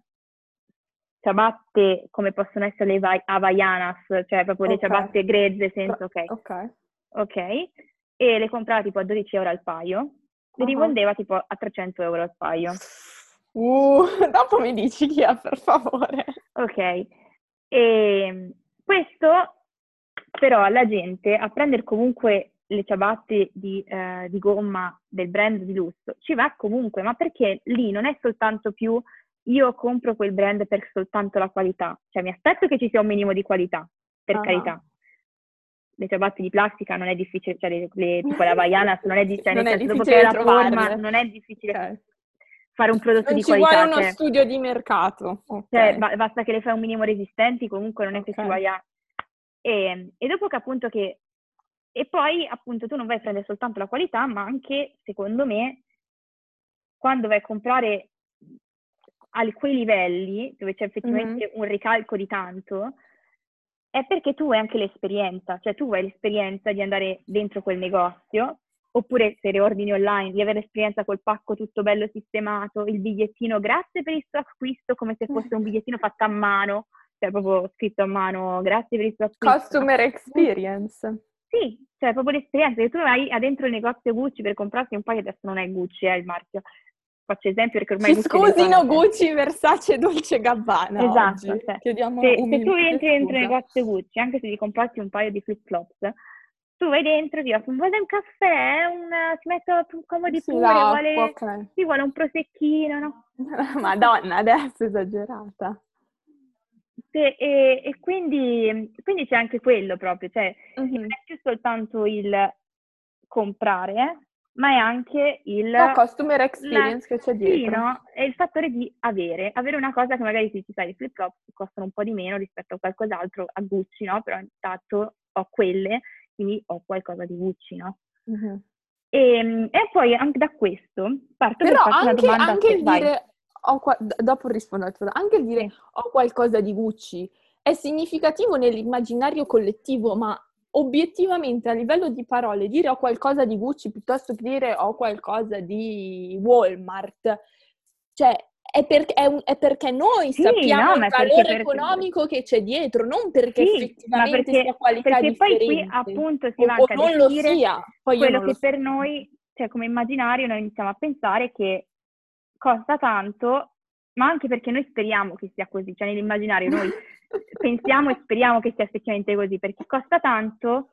Speaker 2: ciabatte come possono essere le vai- Havaianas, cioè proprio le
Speaker 1: Ok.
Speaker 2: ciabatte grezze senza, ok?
Speaker 1: Ok.
Speaker 2: Ok, e le comprava tipo a dodici euro al paio, le
Speaker 1: Uh-huh.
Speaker 2: rivendeva tipo a trecento euro al paio.
Speaker 1: Uh, dopo mi dici chi è, per favore.
Speaker 2: Ok, e questo però alla gente a prendere comunque le ciabatte di, eh, di gomma del brand di lusso ci va comunque, ma perché lì non è soltanto più io compro quel brand per soltanto la qualità, cioè mi aspetto che ci sia un minimo di qualità, per
Speaker 1: Uh-huh.
Speaker 2: carità. Le ciabatte di plastica non è difficile, cioè le, le, tipo la Havaianas non è, di, cioè
Speaker 1: non
Speaker 2: nel
Speaker 1: è
Speaker 2: senso, dopo che hai
Speaker 1: difficile
Speaker 2: la forma
Speaker 1: trovarle.
Speaker 2: non è difficile
Speaker 1: Okay.
Speaker 2: fare un prodotto
Speaker 1: Non
Speaker 2: di
Speaker 1: ci vuole
Speaker 2: qualità.
Speaker 1: uno
Speaker 2: Cioè,
Speaker 1: studio di mercato. Okay.
Speaker 2: cioè, ba- basta che le fai un minimo resistenti, comunque non è
Speaker 1: Okay.
Speaker 2: che ci vai a... E, e dopo che appunto che... E poi appunto tu non vai a prendere soltanto la qualità, ma anche, secondo me, quando vai a comprare a quei livelli, dove c'è effettivamente
Speaker 1: Mm-hmm.
Speaker 2: un ricalco di tanto, è perché tu hai anche l'esperienza, cioè tu hai l'esperienza di andare dentro quel negozio, oppure se le ordini online, di avere l'esperienza col pacco tutto bello sistemato, il bigliettino grazie per il suo acquisto, come se fosse un bigliettino fatto a mano, cioè proprio scritto a mano, grazie per il suo acquisto.
Speaker 1: Customer experience.
Speaker 2: Sì, cioè proprio l'esperienza, che tu vai dentro il negozio Gucci per comprarti un paio, adesso non è Gucci, è il marchio. Faccio esempio perché ormai
Speaker 1: Ci
Speaker 2: Gucci è diventato
Speaker 1: scusino
Speaker 2: una-
Speaker 1: Gucci, Versace, Dolce Gabbana
Speaker 2: Esatto,
Speaker 1: oggi.
Speaker 2: cioè,
Speaker 1: Chiediamo
Speaker 2: se, se tu
Speaker 1: umilmente
Speaker 2: entri dentro il
Speaker 1: scusa.
Speaker 2: negozio Gucci, anche se ti comprarti un paio di flip-flops, tu vai dentro e ti offrono, vuole un caffè, un, si mettono più comodi
Speaker 1: Sì,
Speaker 2: pure,
Speaker 1: l'acqua,
Speaker 2: vuole,
Speaker 1: ok.
Speaker 2: sì, vuole un prosecchino, no?
Speaker 1: Madonna, adesso esagerata.
Speaker 2: E, e, e quindi, quindi c'è anche quello proprio, cioè non
Speaker 1: Mm-hmm.
Speaker 2: è più soltanto il comprare, ma è anche il...
Speaker 1: La customer
Speaker 2: la-
Speaker 1: experience che c'è
Speaker 2: sì,
Speaker 1: dietro.
Speaker 2: no? È il fattore di avere, avere una cosa che magari si sai, i flip flop costano un po' di meno rispetto a qualcos'altro, a Gucci, no? Però intanto ho quelle, quindi ho qualcosa di Gucci, no?
Speaker 1: Mm-hmm.
Speaker 2: E, e poi anche da questo parto per
Speaker 1: Però
Speaker 2: farti una
Speaker 1: anche,
Speaker 2: domanda
Speaker 1: anche
Speaker 2: che...
Speaker 1: il
Speaker 2: Vai,
Speaker 1: dire, ho qua- d- dopo rispondo alla tua domanda, anche il dire
Speaker 2: sì.
Speaker 1: ho qualcosa di Gucci è significativo nell'immaginario collettivo, ma obiettivamente a livello di parole, dire ho qualcosa di Gucci piuttosto che dire ho qualcosa di Walmart, cioè è, per- è un- è perché noi
Speaker 2: Sì,
Speaker 1: sappiamo
Speaker 2: no,
Speaker 1: il
Speaker 2: ma è perché,
Speaker 1: valore
Speaker 2: perché
Speaker 1: economico che c'è dietro, non perché
Speaker 2: sì, ma
Speaker 1: effettivamente sia
Speaker 2: perché,
Speaker 1: qualità
Speaker 2: perché poi qui
Speaker 1: differente
Speaker 2: appunto si
Speaker 1: o,
Speaker 2: va
Speaker 1: o
Speaker 2: anche a
Speaker 1: non lo
Speaker 2: definire
Speaker 1: sia, poi io
Speaker 2: quello
Speaker 1: non lo
Speaker 2: che
Speaker 1: so.
Speaker 2: per noi, cioè come immaginario, noi iniziamo a pensare che costa tanto, ma anche perché noi speriamo che sia così, cioè nell'immaginario noi pensiamo e speriamo che sia effettivamente così, perché costa tanto,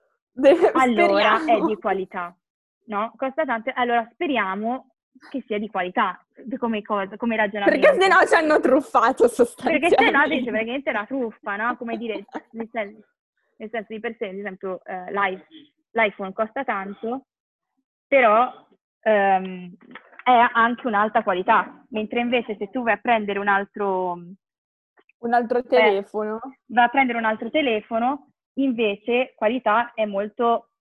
Speaker 2: allora è di
Speaker 1: Speriamo.
Speaker 2: qualità, no? Costa tanto, allora speriamo che sia di qualità, come cosa, come
Speaker 1: Perché se
Speaker 2: ragionamento.
Speaker 1: no ci hanno truffato
Speaker 2: Perché se no dice
Speaker 1: sostanzialmente.
Speaker 2: praticamente è una truffa, no? Come dire, nel senso, nel senso di per sé, ad esempio, eh, l'i- l'iPhone costa tanto, però ehm, è anche un'alta qualità, mentre invece se tu vai a prendere un altro,
Speaker 1: Un altro
Speaker 2: eh,
Speaker 1: telefono?
Speaker 2: vai a prendere un altro telefono, invece qualità è molto,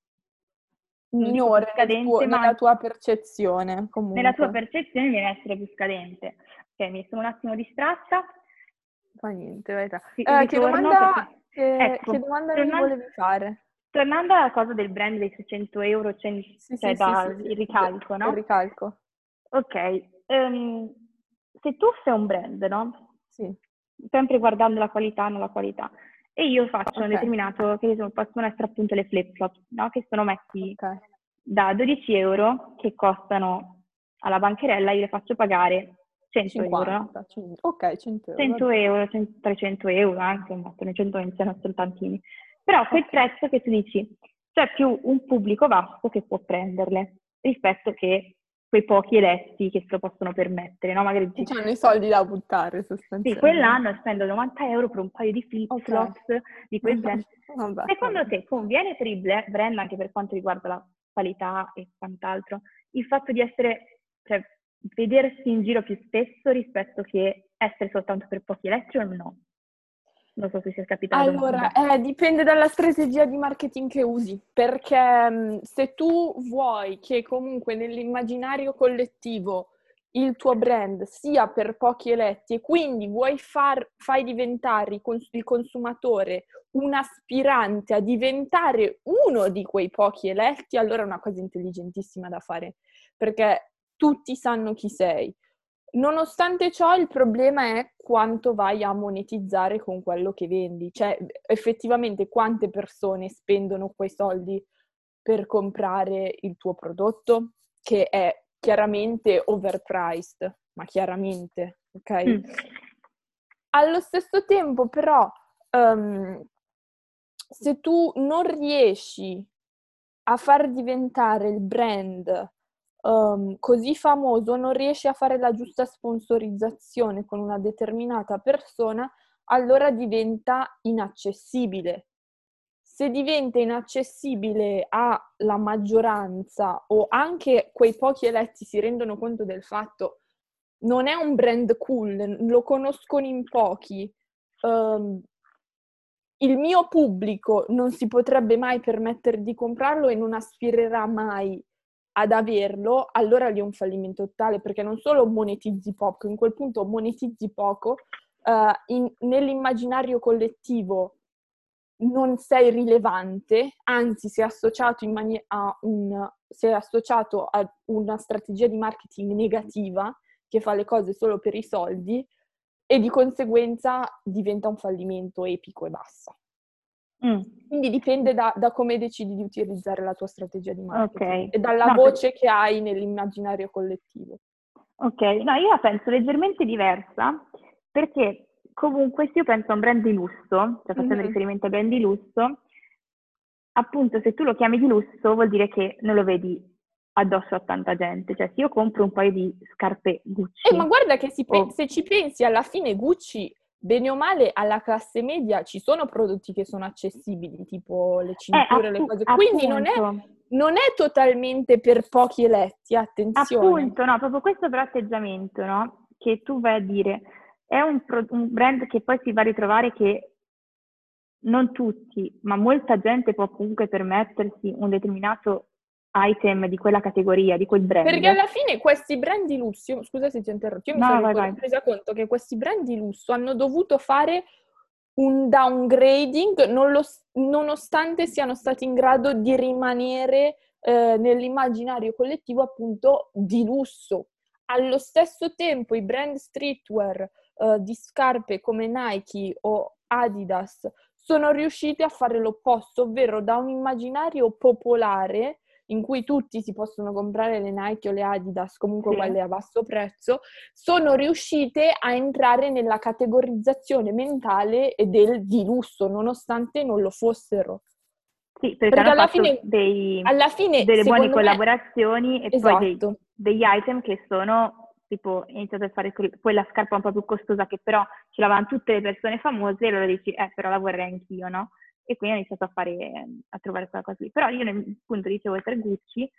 Speaker 2: non dico più
Speaker 1: Minore nel tuo-
Speaker 2: scadente,
Speaker 1: nella
Speaker 2: ma
Speaker 1: tua percezione,
Speaker 2: nella tua
Speaker 1: comunque.
Speaker 2: percezione viene a essere più scadente. Ok, mi sono un attimo distratta.
Speaker 1: Fa niente, verità.
Speaker 2: Sì,
Speaker 1: Eh, che
Speaker 2: ritorno perché,
Speaker 1: domanda, che, che
Speaker 2: ecco,
Speaker 1: domanda mi
Speaker 2: tornando,
Speaker 1: volevi fare?
Speaker 2: tornando alla cosa del brand dei seicento euro, cioè,
Speaker 1: Sì,
Speaker 2: cioè
Speaker 1: sì, sì,
Speaker 2: da
Speaker 1: sì, sì.
Speaker 2: il ricalco,
Speaker 1: Il
Speaker 2: no?
Speaker 1: ricalco.
Speaker 2: Ok, ehm, se tu sei un brand, no?
Speaker 1: Sì,
Speaker 2: Sempre guardando la qualità, non la qualità, e io faccio un
Speaker 1: ok,
Speaker 2: determinato, che sono, possono essere appunto le flip-flop, no? Che sono messi
Speaker 1: ok.
Speaker 2: da dodici euro, che costano alla bancherella, io le faccio pagare cento euro, no?
Speaker 1: cinquanta, cento. Ok, cento euro, va
Speaker 2: cento
Speaker 1: bene.
Speaker 2: euro, cento trecento euro, anche un botto, centoventi sono tantini. Però quel
Speaker 1: Ok.
Speaker 2: prezzo che tu dici, c'è più un pubblico vasto che può prenderle, rispetto che quei pochi eletti che se lo possono permettere, no? Magari
Speaker 1: Che
Speaker 2: dici,
Speaker 1: hanno i soldi da buttare
Speaker 2: sì,
Speaker 1: sostanzialmente.
Speaker 2: quell'anno spendo novanta euro per un paio di
Speaker 1: Ok.
Speaker 2: flip-flops di quel brand.
Speaker 1: Vabbè,
Speaker 2: Secondo
Speaker 1: vabbè.
Speaker 2: te conviene per il bla- brand, anche per quanto riguarda la qualità e quant'altro, il fatto di essere, cioè, vedersi in giro più spesso rispetto che essere soltanto per pochi eletti o no? Non so se si è capita la
Speaker 1: Allora,
Speaker 2: domanda.
Speaker 1: eh, dipende dalla strategia di marketing che usi, perché mh, se tu vuoi che comunque nell'immaginario collettivo il tuo brand sia per pochi eletti e quindi vuoi far, fai diventare il, cons- il consumatore un aspirante a diventare uno di quei pochi eletti, allora è una cosa intelligentissima da fare, perché tutti sanno chi sei. Nonostante ciò, il problema è quanto vai a monetizzare con quello che vendi. Cioè, effettivamente, quante persone spendono quei soldi per comprare il tuo prodotto, che è chiaramente overpriced, ma chiaramente, ok?
Speaker 2: Mm.
Speaker 1: Allo stesso tempo, però, um, se tu non riesci a far diventare il brand um, così famoso, non riesci a fare la giusta sponsorizzazione con una determinata persona, allora diventa inaccessibile. Se diventa inaccessibile alla maggioranza o anche quei pochi eletti si rendono conto del fatto non è un brand cool, lo conoscono in pochi, um, il mio pubblico non si potrebbe mai permettere di comprarlo e non aspirerà mai ad averlo, allora lì è un fallimento totale, perché non solo monetizzi poco, in quel punto monetizzi poco, uh, in, nell'immaginario collettivo non sei rilevante, anzi sei associato, in mani- a un, sei associato a una strategia di marketing negativa che fa le cose solo per i soldi e di conseguenza diventa un fallimento epico e basta.
Speaker 2: Mm.
Speaker 1: Quindi dipende da, da come decidi di utilizzare la tua strategia di marketing
Speaker 2: Ok.
Speaker 1: e dalla
Speaker 2: No, per-
Speaker 1: voce che hai nell'immaginario collettivo.
Speaker 2: Ok, no, io la penso leggermente diversa perché comunque se io penso a un brand di lusso, cioè facendo
Speaker 1: Mhm.
Speaker 2: riferimento a brand di lusso, appunto se tu lo chiami di lusso vuol dire che non lo vedi addosso a tanta gente, cioè se io compro un paio di scarpe
Speaker 1: Eh, ma
Speaker 2: Gucci
Speaker 1: guarda che si pe-
Speaker 2: o...
Speaker 1: se ci pensi, alla fine Gucci, bene o male, alla classe media ci sono prodotti che sono accessibili, tipo le
Speaker 2: Eh,
Speaker 1: cinture, le
Speaker 2: appu-
Speaker 1: cose. Quindi non è,
Speaker 2: appunto,
Speaker 1: non è totalmente per pochi eletti, attenzione.
Speaker 2: appunto, no, proprio questo però atteggiamento, no? Che tu vai a dire, è un, pro- un brand che poi si va a ritrovare che non tutti, ma molta gente può comunque permettersi un determinato item di quella categoria, di quel
Speaker 1: Perché
Speaker 2: brand.
Speaker 1: alla fine questi brand di lusso, io- scusa se ti ho interrotto, io mi sono
Speaker 2: No, vai,
Speaker 1: ricor-
Speaker 2: vai.
Speaker 1: resa conto che questi brand di lusso hanno dovuto fare un downgrading non lo- nonostante siano stati in grado di rimanere eh, nell'immaginario collettivo appunto di lusso. Allo stesso tempo i brand streetwear eh, di scarpe come Nike o Adidas sono riusciti a fare l'opposto, ovvero da un immaginario popolare in cui tutti si possono comprare le Nike o le Adidas, comunque
Speaker 2: Sì.
Speaker 1: quelle a basso prezzo, sono riuscite a entrare nella categorizzazione mentale del di lusso, nonostante non lo fossero.
Speaker 2: Sì, perché
Speaker 1: Perché
Speaker 2: hanno
Speaker 1: alla
Speaker 2: fatto
Speaker 1: fine,
Speaker 2: dei-
Speaker 1: alla fine,
Speaker 2: delle buone
Speaker 1: secondo me,
Speaker 2: collaborazioni e poi dei-
Speaker 1: esatto.
Speaker 2: degli item che sono, tipo, iniziate a fare quel- quella scarpa un po' più costosa che però ce l'avevano tutte le persone famose e allora dici, eh, però la vorrei anch'io, no? E quindi ho iniziato a fare, a trovare quella cosa lì. Però io, nel punto dicevo, per Gucci,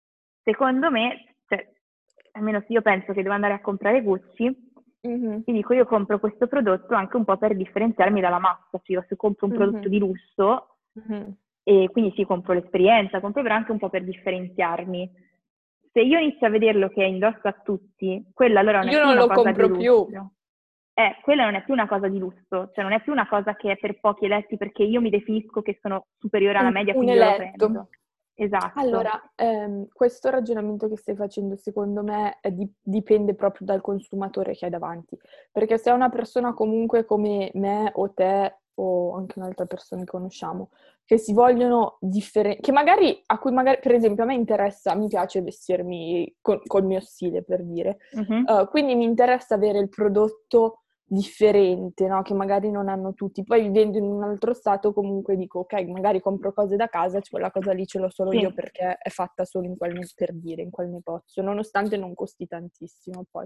Speaker 2: secondo me, cioè, almeno se io penso che devo andare a comprare Gucci,
Speaker 1: Mhm,
Speaker 2: ti dico, io compro questo prodotto anche un po' per differenziarmi dalla massa, cioè io se compro un prodotto
Speaker 1: mhm,
Speaker 2: di lusso,
Speaker 1: mhm.
Speaker 2: e quindi sì, compro l'esperienza, compro però anche un po' per differenziarmi. Se io inizio a vederlo che è indosso a tutti, quella allora non è
Speaker 1: Io
Speaker 2: più
Speaker 1: non
Speaker 2: una
Speaker 1: lo
Speaker 2: cosa di
Speaker 1: compro più.
Speaker 2: lusso. Eh, quella non è più una cosa di lusso, cioè non è più una cosa che è per pochi eletti perché io mi definisco che sono superiore alla
Speaker 1: Un,
Speaker 2: media,
Speaker 1: un
Speaker 2: quindi io lo
Speaker 1: eletto.
Speaker 2: prendo. Esatto.
Speaker 1: Allora, ehm, questo ragionamento che stai facendo, secondo me, è di- dipende proprio dal consumatore che hai davanti. Perché se è una persona comunque come me o te o anche un'altra persona che conosciamo, che si vogliono differenziare, che magari, a cui magari, per esempio, a me interessa, mi piace vestirmi con- col mio stile, per dire.
Speaker 2: Mhm.
Speaker 1: Uh, quindi mi interessa avere il prodotto differente, no? Che magari non hanno tutti. Poi vivendo in un altro stato comunque dico, ok, magari compro cose da casa, cioè quella cosa lì ce l'ho solo io
Speaker 2: Sì.
Speaker 1: perché è fatta solo in quel, per dire, in quel negozio, nonostante non costi tantissimo poi.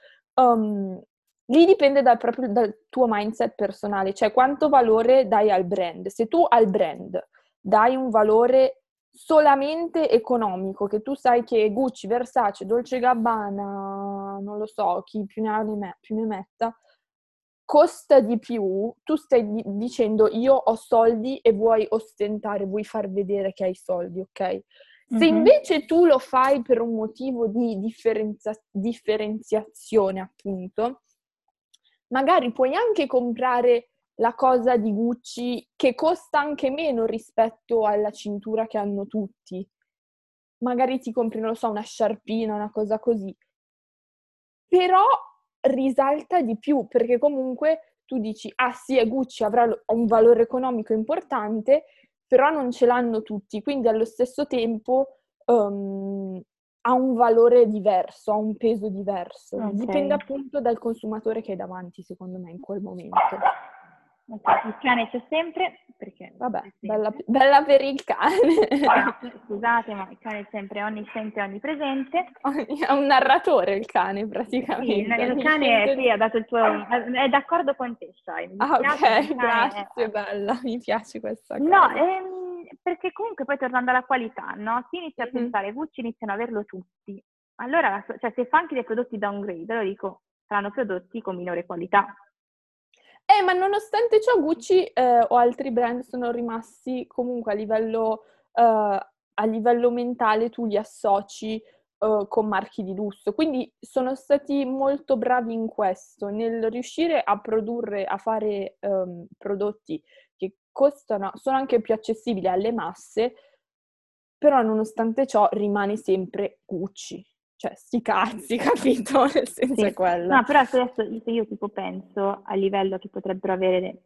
Speaker 1: Um, lì dipende dal, proprio dal tuo mindset personale, cioè quanto valore dai al brand. Se tu al brand dai un valore solamente economico, che tu sai che Gucci, Versace, Dolce e Gabbana, non lo so, chi più ne ha ne me- più ne metta, costa di più, tu stai di- dicendo io ho soldi e vuoi ostentare, vuoi far vedere che hai soldi, ok? Se
Speaker 2: Mhm.
Speaker 1: invece tu lo fai per un motivo di differenzia- differenziazione, appunto, magari puoi anche comprare la cosa di Gucci che costa anche meno rispetto alla cintura che hanno tutti. Magari ti compri, non lo so, una sciarpina, una cosa così. Però risalta di più, perché comunque tu dici, ah sì, è Gucci, avrà lo- un valore economico importante, però non ce l'hanno tutti, quindi allo stesso tempo ehm, ha un valore diverso, ha un peso diverso. Dipende
Speaker 2: Ok.
Speaker 1: appunto dal consumatore che hai davanti, secondo me, in quel momento.
Speaker 2: Ok, il cane c'è sempre, perché
Speaker 1: Vabbè,
Speaker 2: c'è
Speaker 1: bella,
Speaker 2: sempre.
Speaker 1: bella per il cane.
Speaker 2: Scusate, ma il cane è sempre onnisciente e onnipresente.
Speaker 1: È un narratore il cane,
Speaker 2: Sì, il
Speaker 1: praticamente.
Speaker 2: il
Speaker 1: Ogni
Speaker 2: cane
Speaker 1: scento
Speaker 2: sì,
Speaker 1: di...
Speaker 2: ha dato il tuo... è d'accordo con te, sai, mi
Speaker 1: Ah,
Speaker 2: dispiace, ma il
Speaker 1: ok,
Speaker 2: cane è...
Speaker 1: grazie, bella, mi piace questa
Speaker 2: No,
Speaker 1: cosa.
Speaker 2: ehm, perché comunque poi tornando alla qualità, no? Si inizia a
Speaker 1: Mhm.
Speaker 2: pensare, Gucci iniziano ad averlo tutti. Allora, la so- cioè, se fa anche dei prodotti downgrade, lo dico, saranno prodotti con minore qualità.
Speaker 1: Eh, ma nonostante ciò Gucci eh, o altri brand sono rimasti comunque a livello, eh, a livello mentale, tu li associ eh, con marchi di lusso. Quindi sono stati molto bravi in questo, nel riuscire a produrre, a fare ehm, prodotti che costano, sono anche più accessibili alle masse, però nonostante ciò rimane sempre Gucci. Cioè, sti cazzi, capito? Nel senso è
Speaker 2: Sì,
Speaker 1: quello.
Speaker 2: no, però se adesso se io tipo penso a livello che potrebbero avere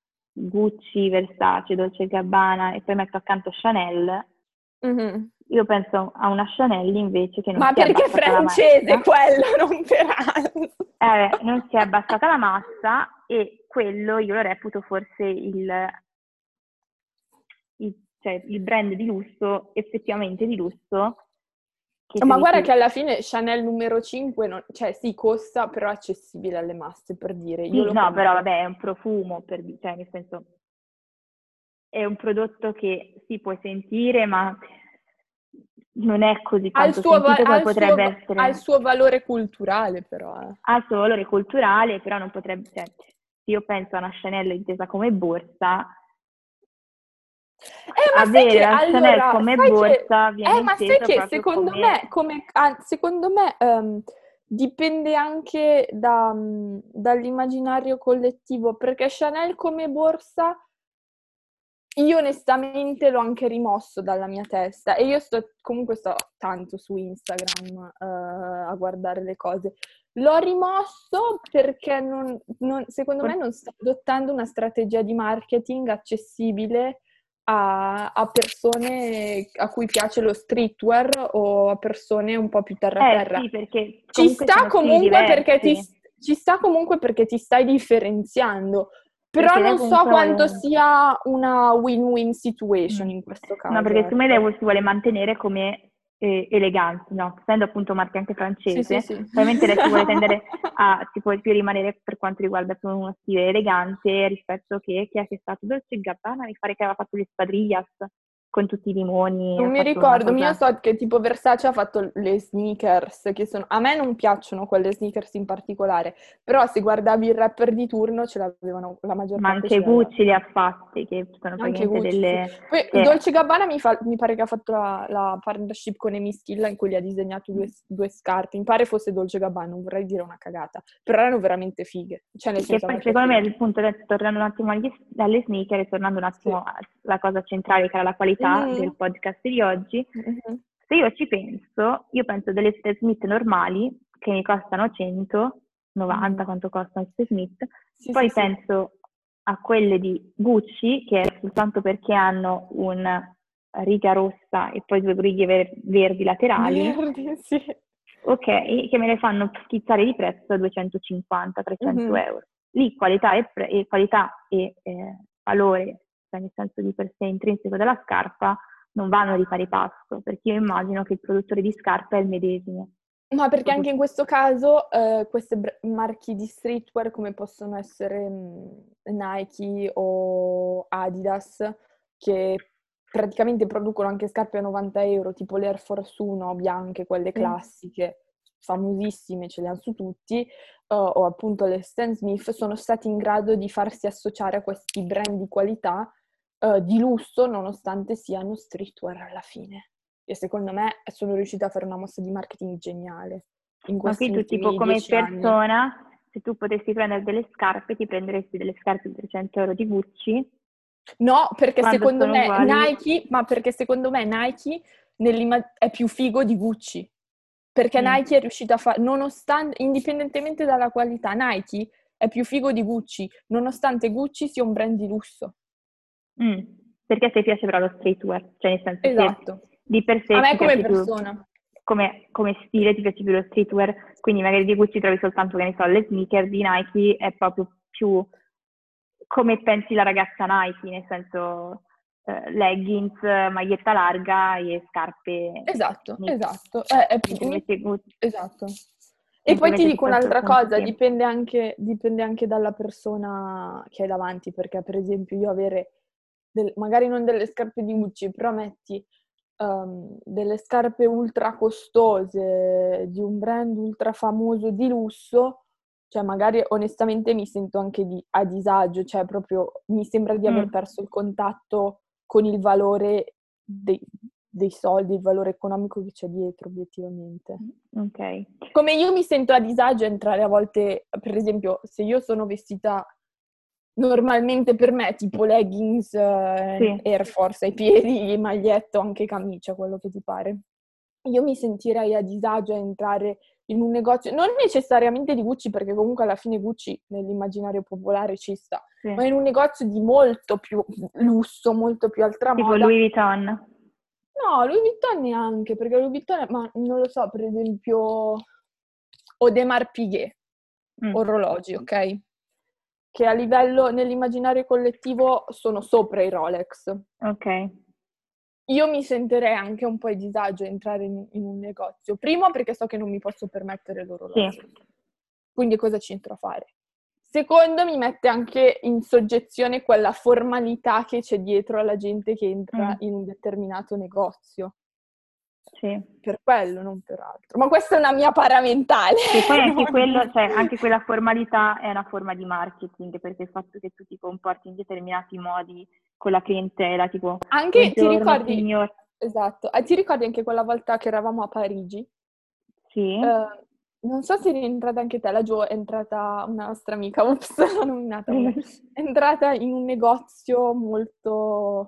Speaker 2: Gucci, Versace, Dolce e Gabbana e poi metto accanto Chanel,
Speaker 1: Mhm.
Speaker 2: io penso a una Chanel invece che non
Speaker 1: Ma
Speaker 2: si è
Speaker 1: perché è
Speaker 2: abbassata la
Speaker 1: francese
Speaker 2: massa,
Speaker 1: quello, non per altro.
Speaker 2: eh, non si è abbassata la massa e quello io lo reputo forse il, il- cioè, il brand di lusso, effettivamente di lusso, che più
Speaker 1: Ma
Speaker 2: di
Speaker 1: guarda che
Speaker 2: tutti.
Speaker 1: alla fine Chanel numero cinque, non- cioè sì, costa, però è accessibile alle masse, per dire, io
Speaker 2: Sì,
Speaker 1: lo
Speaker 2: no, però
Speaker 1: compro.
Speaker 2: vabbè, è un profumo, per, di- cioè nel senso, è un prodotto che si può sentire, ma non è così
Speaker 1: Ha il
Speaker 2: tanto
Speaker 1: suo, va-
Speaker 2: sentito
Speaker 1: ha
Speaker 2: come
Speaker 1: il suo,
Speaker 2: potrebbe
Speaker 1: va- ha il
Speaker 2: essere.
Speaker 1: suo valore culturale, però. eh.
Speaker 2: Ha il suo valore culturale, però non potrebbe, cioè, se io penso a una Chanel intesa come borsa,
Speaker 1: Eh, ma sai
Speaker 2: avere
Speaker 1: che
Speaker 2: la Chanel
Speaker 1: allora,
Speaker 2: come
Speaker 1: sai che,
Speaker 2: borsa viene
Speaker 1: eh, ma sai
Speaker 2: intesa
Speaker 1: che
Speaker 2: proprio
Speaker 1: secondo
Speaker 2: come.
Speaker 1: me, come, ah, secondo me ehm, dipende anche da, mm, dall'immaginario collettivo, perché Chanel come borsa io onestamente l'ho anche rimosso dalla mia testa e io sto, comunque sto tanto su Instagram eh, a guardare le cose. L'ho rimosso perché non- non- secondo me non sta adottando una strategia di marketing accessibile a, a persone a cui piace lo streetwear o a persone un po' più
Speaker 2: Eh
Speaker 1: terra-terra.
Speaker 2: sì, perché
Speaker 1: Ci
Speaker 2: comunque
Speaker 1: sta
Speaker 2: sono stili
Speaker 1: comunque perché ti,
Speaker 2: diversi,
Speaker 1: ci sta comunque perché ti stai differenziando. Però
Speaker 2: perché lei
Speaker 1: non so
Speaker 2: comunque
Speaker 1: quanto
Speaker 2: vuole.
Speaker 1: sia una win-win
Speaker 2: Mm.
Speaker 1: situation in questo
Speaker 2: No,
Speaker 1: caso,
Speaker 2: perché secondo me
Speaker 1: ecco.
Speaker 2: lei si vuole mantenere come eh, eleganza, no? Essendo appunto marca anche
Speaker 1: Sì, sì,
Speaker 2: francese,
Speaker 1: sì.
Speaker 2: probabilmente lei si vuole tendere a tipo, più rimanere per quanto riguarda più uno stile elegante rispetto che chi è che è stato Dolce e Gabbana, mi pare che aveva fatto le squadrillas con tutti i limoni,
Speaker 1: Non
Speaker 2: ha
Speaker 1: mi
Speaker 2: fatto una
Speaker 1: ricordo, ma io
Speaker 2: cosa.
Speaker 1: so che tipo Versace ha fatto le sneakers, che sono... A me non piacciono quelle sneakers in particolare, però se guardavi il rapper di turno ce l'avevano, la maggior
Speaker 2: Ma
Speaker 1: parte ce
Speaker 2: anche
Speaker 1: l'aveva.
Speaker 2: Gucci li ha fatti, che sono
Speaker 1: Anche
Speaker 2: praticamente
Speaker 1: Gucci, sì.
Speaker 2: delle.
Speaker 1: Poi
Speaker 2: Che.
Speaker 1: Dolce Gabbana mi, fa- mi pare che ha fatto la, la partnership con Emi Schilla in cui gli ha disegnato due, due scarpe. Mi pare fosse Dolce Gabbana, non vorrei dire una cagata, però erano veramente fighe. Cioè, nel
Speaker 2: Che
Speaker 1: senso, a
Speaker 2: poi
Speaker 1: me
Speaker 2: secondo me
Speaker 1: piacevano.
Speaker 2: il punto, adesso tornando un attimo agli, alle sneaker e tornando un
Speaker 1: Sì.
Speaker 2: attimo alla cosa centrale che era la qualità del
Speaker 1: Mhm.
Speaker 2: podcast di oggi,
Speaker 1: Mhm.
Speaker 2: se io ci penso, io penso delle Stan Smith normali che mi costano centonovanta,
Speaker 1: Mhm.
Speaker 2: quanto costano Stan Smith,
Speaker 1: Sì, sì,
Speaker 2: poi
Speaker 1: sì.
Speaker 2: penso a quelle di Gucci che è soltanto perché hanno una riga rossa e poi due righe ver- verdi laterali,
Speaker 1: Verdi, sì.
Speaker 2: ok, che me le fanno schizzare di prezzo a duecentocinquanta trecento
Speaker 1: Mhm.
Speaker 2: euro. Lì qualità e, pre- e, qualità e eh, valore, cioè nel senso di per sé intrinseco della scarpa, non vanno di pari passo, perché io immagino che il produttore di scarpa è il medesimo.
Speaker 1: Ma perché
Speaker 2: Proprio.
Speaker 1: anche in questo caso eh, queste br- marchi di streetwear come possono essere mh, Nike o Adidas, che praticamente producono anche scarpe a novanta euro, tipo le Air Force Uno bianche, quelle
Speaker 2: Sì.
Speaker 1: classiche, famosissime, ce le hanno su tutti, uh, o appunto le Stan Smith, sono stati in grado di farsi associare a questi brand di qualità uh, di lusso, nonostante siano streetwear alla fine. E secondo me sono riuscita a fare una mossa di marketing geniale in
Speaker 2: Ma
Speaker 1: questi
Speaker 2: qui tu tipo
Speaker 1: ultimi
Speaker 2: come
Speaker 1: dieci anni.
Speaker 2: persona, se tu potessi prendere delle scarpe, ti prenderesti delle scarpe di trecento euro di Gucci?
Speaker 1: No, perché
Speaker 2: Quando
Speaker 1: secondo
Speaker 2: sono
Speaker 1: me
Speaker 2: uguali.
Speaker 1: Nike, ma perché secondo me Nike nell'imma- è più figo di Gucci. Perché
Speaker 2: Mm.
Speaker 1: Nike è riuscita a fare, nonostante, indipendentemente dalla qualità, Nike è più figo di Gucci, nonostante Gucci sia un brand di lusso.
Speaker 2: Mm. Perché a te piace però lo streetwear? Cioè nel senso
Speaker 1: Esatto.
Speaker 2: che di per
Speaker 1: A
Speaker 2: sé
Speaker 1: me
Speaker 2: ti
Speaker 1: come
Speaker 2: piace più,
Speaker 1: persona.
Speaker 2: come, come stile ti piace più lo streetwear, quindi magari di Gucci trovi soltanto, che ne so, le sneaker, di Nike è proprio più come pensi la ragazza Nike, nel senso eh, leggings, maglietta larga e scarpe.
Speaker 1: Esatto,
Speaker 2: Nike.
Speaker 1: esatto. Eh, è-
Speaker 2: Mentre
Speaker 1: mi-
Speaker 2: invece Gucci,
Speaker 1: esatto. E
Speaker 2: mentre
Speaker 1: poi ti
Speaker 2: invece ti
Speaker 1: dico
Speaker 2: piace
Speaker 1: un'altra
Speaker 2: soltanto
Speaker 1: cosa,
Speaker 2: sì.
Speaker 1: dipende anche, dipende anche dalla persona che hai davanti, perché per esempio io avere, del- magari non delle scarpe di Gucci, però metti um, delle scarpe ultra costose di un brand ultra famoso di lusso, cioè magari onestamente mi sento anche di, a disagio, cioè proprio mi sembra di aver
Speaker 2: Mm.
Speaker 1: perso il contatto con il valore dei, dei soldi, il valore economico che c'è dietro, obiettivamente.
Speaker 2: Ok.
Speaker 1: Come io mi sento a disagio a entrare a volte, per esempio, se io sono vestita normalmente per me, tipo leggings, eh,
Speaker 2: Sì.
Speaker 1: Air Force ai piedi, maglietto, anche camicia, quello che ti pare. Io mi sentirei a disagio a entrare in un negozio, non necessariamente di Gucci, perché comunque alla fine Gucci nell'immaginario popolare ci sta,
Speaker 2: Sì.
Speaker 1: ma in un negozio di molto più lusso, molto più altra
Speaker 2: Tipo
Speaker 1: moda.
Speaker 2: Louis Vuitton.
Speaker 1: No, Louis Vuitton neanche, perché Louis Vuitton, è- ma non lo so, per esempio Audemars Piguet,
Speaker 2: Mm.
Speaker 1: orologi, ok? Che a livello nell'immaginario collettivo sono sopra i Rolex.
Speaker 2: Ok.
Speaker 1: Io mi sentirei anche un po' a disagio a entrare in, in un negozio. Primo perché so che non mi posso permettere l'orologio.
Speaker 2: Sì.
Speaker 1: Quindi cosa c'entro a fare? Secondo, mi mette anche in soggezione quella formalità che c'è dietro alla gente che entra
Speaker 2: Mm.
Speaker 1: in un determinato negozio.
Speaker 2: Sì.
Speaker 1: Per quello, non per altro. Ma questa è una mia paramentale.
Speaker 2: E poi anche
Speaker 1: non-
Speaker 2: quello, cioè anche quella formalità è una forma di marketing, perché il fatto che tu ti comporti in determinati modi con la clientela, tipo
Speaker 1: Anche, ti
Speaker 2: buongiorno
Speaker 1: ricordi,
Speaker 2: signor,
Speaker 1: esatto, Ah, ti ricordi anche quella volta che eravamo a Parigi?
Speaker 2: sì,
Speaker 1: Eh, non so se eri entrata anche te, la Jo è entrata una nostra amica, ups, l'ho nominata, vabbè. È entrata in un negozio molto,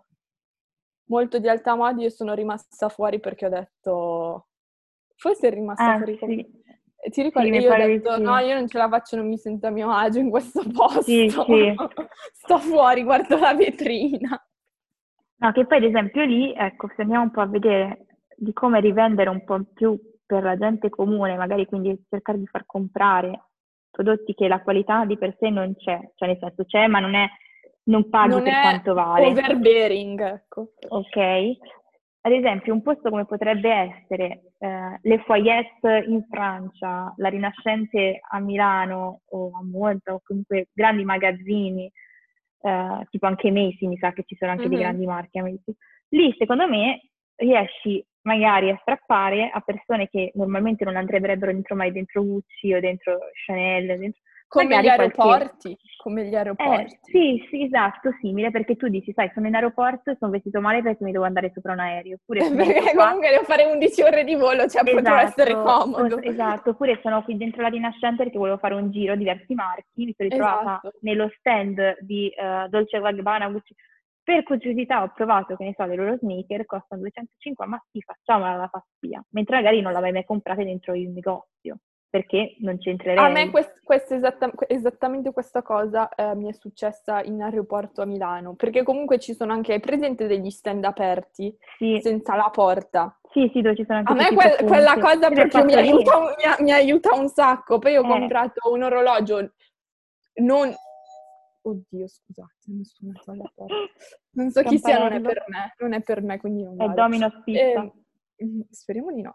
Speaker 1: molto di alta moda, io sono rimasta fuori perché ho detto, forse è rimasta
Speaker 2: ah
Speaker 1: fuori come...
Speaker 2: sì,
Speaker 1: E ti
Speaker 2: sì,
Speaker 1: ricordi? E
Speaker 2: mi
Speaker 1: io ho
Speaker 2: pare di
Speaker 1: detto, no,
Speaker 2: sì,
Speaker 1: io non ce la faccio, non mi sento a mio agio in questo
Speaker 2: sì,
Speaker 1: posto.
Speaker 2: sì.
Speaker 1: Sto fuori, guardo la vetrina.
Speaker 2: No, che poi ad esempio lì, ecco, se andiamo un po' a vedere di come rivendere un po' più per la gente comune, magari quindi cercare di far comprare prodotti che la qualità di per sé non c'è, cioè nel senso c'è ma non è, non paghi
Speaker 1: Non
Speaker 2: per
Speaker 1: è
Speaker 2: quanto vale,
Speaker 1: overbearing, ecco.
Speaker 2: ok? Ad esempio un posto come potrebbe essere eh, Le Foyers in Francia, la Rinascente a Milano o a Monza o comunque grandi magazzini, eh, tipo anche Macy, mi sa che ci sono anche dei
Speaker 1: Mhm.
Speaker 2: grandi marchi a Macy. Lì secondo me riesci magari a strappare a persone che normalmente non andrebbero dentro mai dentro Gucci o dentro Chanel, dentro,
Speaker 1: Come gli
Speaker 2: magari qualche...
Speaker 1: aeroporti, come gli
Speaker 2: Eh,
Speaker 1: aeroporti.
Speaker 2: sì, sì, esatto, simile, perché tu dici, sai, sono in aeroporto e sono vestito male perché mi devo andare sopra un aereo, oppure sono dentro
Speaker 1: Perché
Speaker 2: qua,
Speaker 1: comunque devo fare undici ore di volo, cioè potrà essere
Speaker 2: esatto, o-
Speaker 1: comodo.
Speaker 2: esatto, oppure sono qui dentro la Rinascente perché volevo fare un giro, diversi marchi, mi sono ritrovata
Speaker 1: Esatto.
Speaker 2: nello stand di uh, Dolce and Gabbana, Gucci. Per curiosità ho provato, che ne so, le loro sneaker, costano duecentocinquanta, ma sì, facciamola la pazzia, mentre magari non l'avrei mai comprata dentro il negozio, perché non
Speaker 1: A me
Speaker 2: c'entrerei.
Speaker 1: quest- questa esatta- esattamente questa cosa eh, mi è successa in aeroporto a Milano, perché comunque ci sono anche, hai presente degli stand aperti
Speaker 2: Sì,
Speaker 1: senza la porta?
Speaker 2: sì, sì, dove ci sono
Speaker 1: A
Speaker 2: anche
Speaker 1: me
Speaker 2: tutti i
Speaker 1: quel- quella
Speaker 2: propunti.
Speaker 1: cosa
Speaker 2: Io l'ho
Speaker 1: proprio mi
Speaker 2: fatto lì.
Speaker 1: aiuta, un- mi, a- mi aiuta un sacco. Poi ho
Speaker 2: Eh,
Speaker 1: comprato un orologio, non... Oddio, scusate, mi è suonato alla porta. Non so chi sia, non è
Speaker 2: campanello.
Speaker 1: per me, non è per me, quindi non
Speaker 2: È
Speaker 1: vado.
Speaker 2: Domino's Pizza.
Speaker 1: Ehm, speriamo di no.